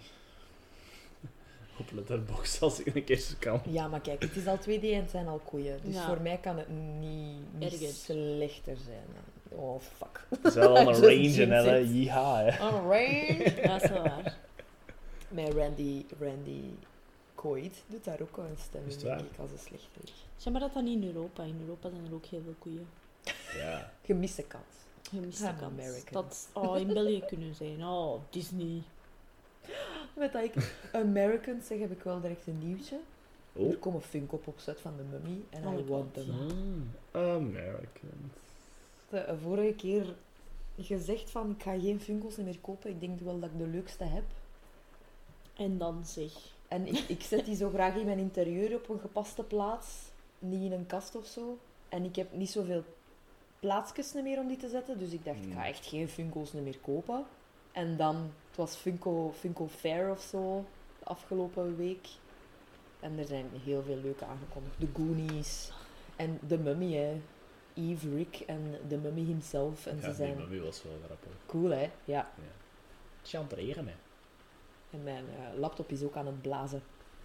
Op Letterboxd als ik een keer zo kan. Ja, maar kijk, het is al twee D en het zijn al koeien. Dus Ja. voor mij kan het niet, niet Ergens. slechter zijn. Oh, fuck. Het is wel aan een Just range jinx en hè. it. Yeeha, hè. On a range. Ja, dat is wel waar. Met Randy, Randy Quaid doet daar ook wel een stem Is het in, denk waar? ik, als een slechterik. Zeg maar dat dat niet in Europa. In Europa zijn er ook heel veel koeien. Ja. Gemiste kans. Gemiste I'm kans. American. Dat oh, in België kunnen zijn. Oh, Disney. Met dat ik Americans zeg, heb ik wel direct een nieuwtje. Oh. Er komen Funko Pops uit van de Mummy en Oh I my want God. them. Mm, Americans. De vorige keer gezegd van, ik ga geen Funko's meer kopen. Ik denk wel dat ik de leukste heb. En dan zeg. En ik, ik zet die zo graag in mijn interieur op een gepaste plaats. Niet in een kast of zo. En ik heb niet zoveel plaatsjes meer om die te zetten. Dus ik dacht, ik ga echt geen Funko's meer kopen. En dan, het was Funko, Funko Fair of zo, de afgelopen week. En er zijn heel veel leuke aangekondigd. De Goonies en de Mummy, hè. Eve, Rick en de Mummy himself. En Ja, ze die zijn mummy was wel grappig. cool, hè. Ja. Het is aan het regenen. En mijn eh, laptop is ook aan het blazen.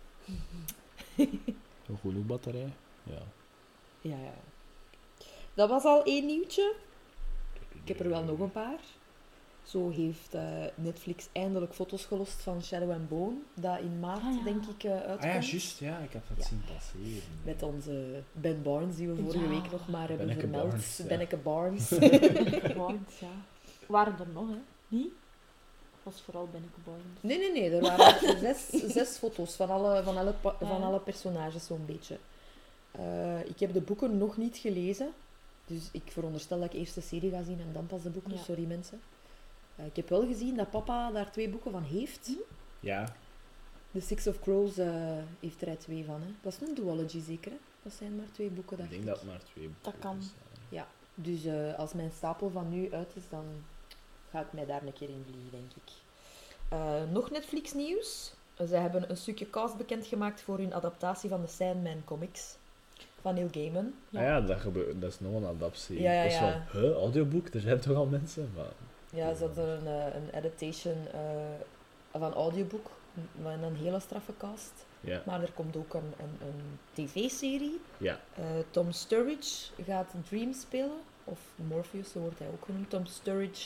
Een goede batterij? Ja. Ja, ja. Dat was al één nieuwtje. Ik heb er wel nog een paar. Zo heeft eh, Netflix eindelijk foto's gelost van Shadow and Bone, dat in maart, Ah, ja. denk ik, eh, uitkomt. Ah ja, juist. Ja, ik heb dat Ja. zien passeren. Met onze Ben Barnes, die we vorige Ja. week nog maar hebben Benneke vermeld. Barnes, ja. Benneke Barnes. Barnes, ja. Waren er nog, hè? Niet? Was vooral Benneke Barnes. Nee, nee, nee. Er waren zes, zes foto's van alle, van alle, pa- Ja. van alle personages, zo'n beetje. Eh, ik heb de boeken nog niet gelezen. Dus ik veronderstel dat ik eerst de serie ga zien en dan pas de boeken. Ja. Sorry, mensen. Eh, ik heb wel gezien dat papa daar twee boeken van heeft. Ja. The Six of Crows eh, heeft er twee van. Hè. Dat is een duology zeker, hè? Dat zijn maar twee boeken, Ik dacht denk ik. dat het maar twee boeken Dat kan. is, ja. Dus eh, als mijn stapel van nu uit is, dan ga ik mij daar een keer in vliegen, denk ik. Eh, nog Netflix-nieuws. Ze hebben een stukje cast bekendgemaakt voor hun adaptatie van de Sandman comics. Van Neil Gaiman. Ja. Ah ja, dat, gebe- dat is nog een adaptie. Ja, ja, Dat is ja. van, huh, audioboek? Er zijn toch al mensen? Maar, Ja, ze hadden een, eh, een adaptation eh, van audioboek met een hele straffe cast. ja. Maar er komt ook een, een, een tv-serie. Ja. Eh, Tom Sturridge gaat Dream spelen. Of Morpheus, zo wordt hij ook genoemd. Tom Sturridge,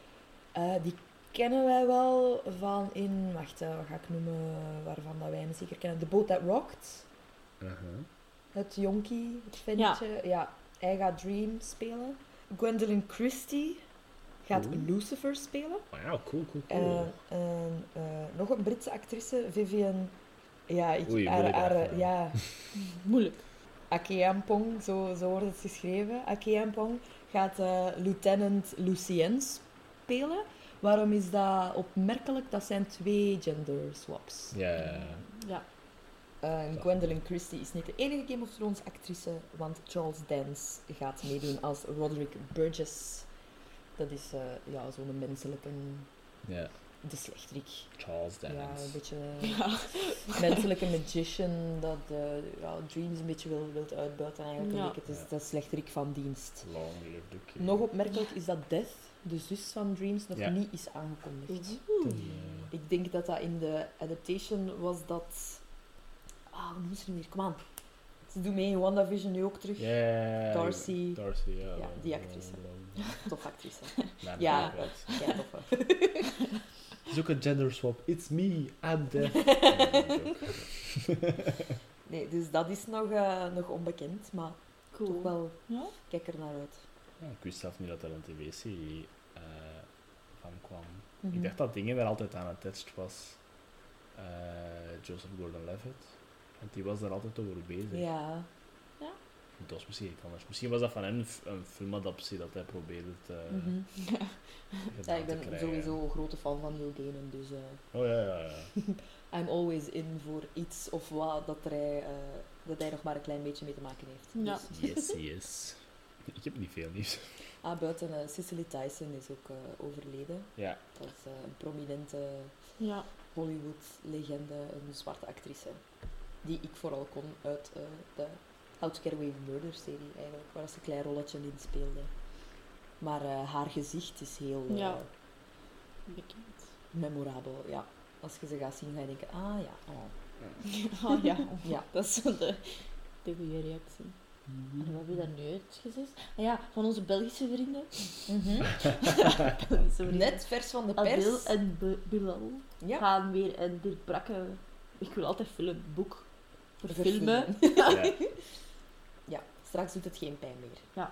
eh, die kennen wij wel van in... Wacht, eh, wat ga ik noemen waarvan dat wij hem zeker kennen? The Boat That Rocked. Uh-huh. Het jonkie, het ventje. Ja. Hij gaat Dream spelen. Gwendolyn Christie gaat Oeh. Lucifer spelen. Oh ja, cool, cool, En, cool. en, eh, nog een Britse actrice, Vivian... Ja, ik, Oei, haar, moeilijk haar, eigenlijk. ja, Moeilijk. Akeampong, zo, zo wordt het geschreven. Akeampong gaat eh, Lieutenant Lucien spelen. Waarom is dat opmerkelijk? Dat zijn twee gender swaps. Ja, ja, ja. Ja. Eh, Gwendolyn Christie is niet de enige Game of Thrones actrice, want Charles Dance gaat meedoen als Roderick Burgess. Dat is eh, ja, zo'n menselijke, ja. de slechterik. Charles Dance. Ja, een beetje Ja. menselijke magician dat eh, ja, Dreams een beetje wil, wilt uitbuiten eigenlijk. Ja. Een beetje. Het is de slechterik van dienst. Long live the king. Nog opmerkelijk is dat Death, de zus van Dreams, nog Ja. niet is aangekondigd. Oeh. Ik denk dat dat in de adaptation was dat... Ah, hoe noemen ze het nu weer? Kom aan. Ze doet mee in WandaVision nu ook terug. Ja, ja, ja, Darcy. Darcy, ja. Ja, die actrice. Tof actrice. Nee, Ja. maakt niet uit. Ja, tof. hè. Het is ook een gender swap. It's me, I'm the... Nee, dus dat is nog, uh, nog onbekend, maar Cool. toch wel, Ja? kijk er naar uit. Ja, ik wist zelf niet dat er een tv-serie uh, van kwam. Mhm. Ik dacht dat dingen er altijd aan attached was. Uh, Joseph Gordon-Levitt. Want die was daar altijd over bezig. Ja, Het was misschien iets anders. Misschien was dat van hem een, f- een filmadaptie dat hij probeerde te mhm. gedaan Ja, ik te ben krijgen. sowieso een grote fan van Neil Gaiman, dus uh, Oh ja, ja, ja. I'm always in voor iets of wat dat, er, hij, uh, dat hij nog maar een klein beetje mee te maken heeft. Ja. Dus, Yes, yes. Ik heb niet veel nieuws. ah, buiten uh, Cicely Tyson is ook uh, overleden. Ja. Dat is uh, een prominente Ja. Hollywood-legende, een zwarte actrice. Die ik vooral kon uit uh, de How to Get Away with Murder-serie eigenlijk, waar ze een klein rolletje in speelde. Maar uh, haar gezicht is heel uh, Ja. Bekend. memorabel, ja. Als je ze gaat zien, ga je denken, ah ja, oh. Oh ja. Ja. Dat is zo de, de goede reactie. En wat heb je daar nu uitgezegd? Ah ja, van onze Belgische vrienden. Belgische vrienden. Net vers van de pers. Adil en Be- Bilal Ja. gaan weer en Dirk Brakke. Ik wil altijd film, boek, Verfilmen. verfilmen. Ja. Ja, straks doet het geen pijn meer.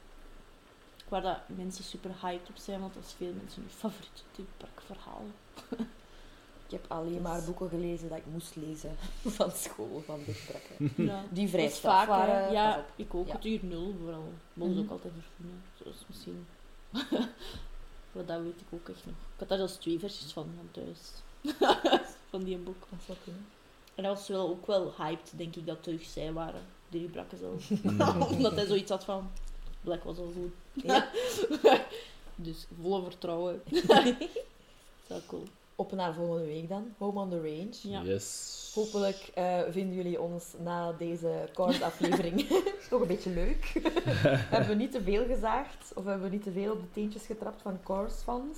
Waar dat mensen super hyped op zijn, want dat is veel mensen hun favoriete Dirk Brakke verhaal. Ik heb alleen maar boeken gelezen dat ik moest lezen van school, van Dirk Brakke. Ja. Die vrij Dat is straf vaak, hè. waren. pas Ja, op. ik ook. Ja. Het uur nul vooral. Mogen ze Mhm. ook altijd verfilmen. Zoals misschien. Maar dat weet ik ook echt nog. Ik had daar zelfs twee versies van, van thuis. van die boek. Dat zou kunnen. En dat was wel ook wel hyped, denk ik, dat terug zij waren. Die Brakke zelf. Mm. Omdat hij zoiets had van... Black was al goed. Ja. Dus volle vertrouwen. Zo cool. Op naar volgende week dan. Home on the Range. Ja. Yes. Hopelijk uh, vinden jullie ons na deze Cars-aflevering toch een beetje leuk. Hebben we niet te veel gezaagd of hebben we niet te veel op de teentjes getrapt van Cars-fans.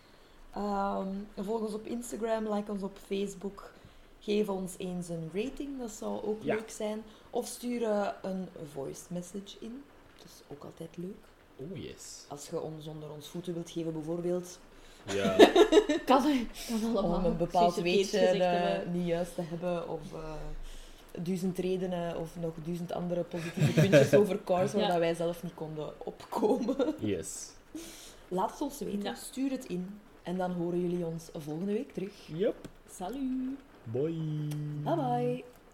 Um, volg ons op Instagram, like ons op Facebook. Geef ons eens een rating, dat zou ook Ja. leuk zijn. Of stuur uh, een voice message in. Dat is ook altijd leuk. Oh yes. Als je ons onder ons voeten wilt geven, bijvoorbeeld. Ja. Kan, kan allemaal. Om een bepaald Precies weetje verkeerd gezegd uh, hebben. niet juist te hebben. Of uh, duizend redenen of nog duizend andere positieve puntjes over Cars waar Ja. dat wij zelf niet konden opkomen. Yes. Laat het ons weten, Ja. stuur het in. En dan horen jullie ons volgende week terug. Yep. Salut! Bye. Bye bye!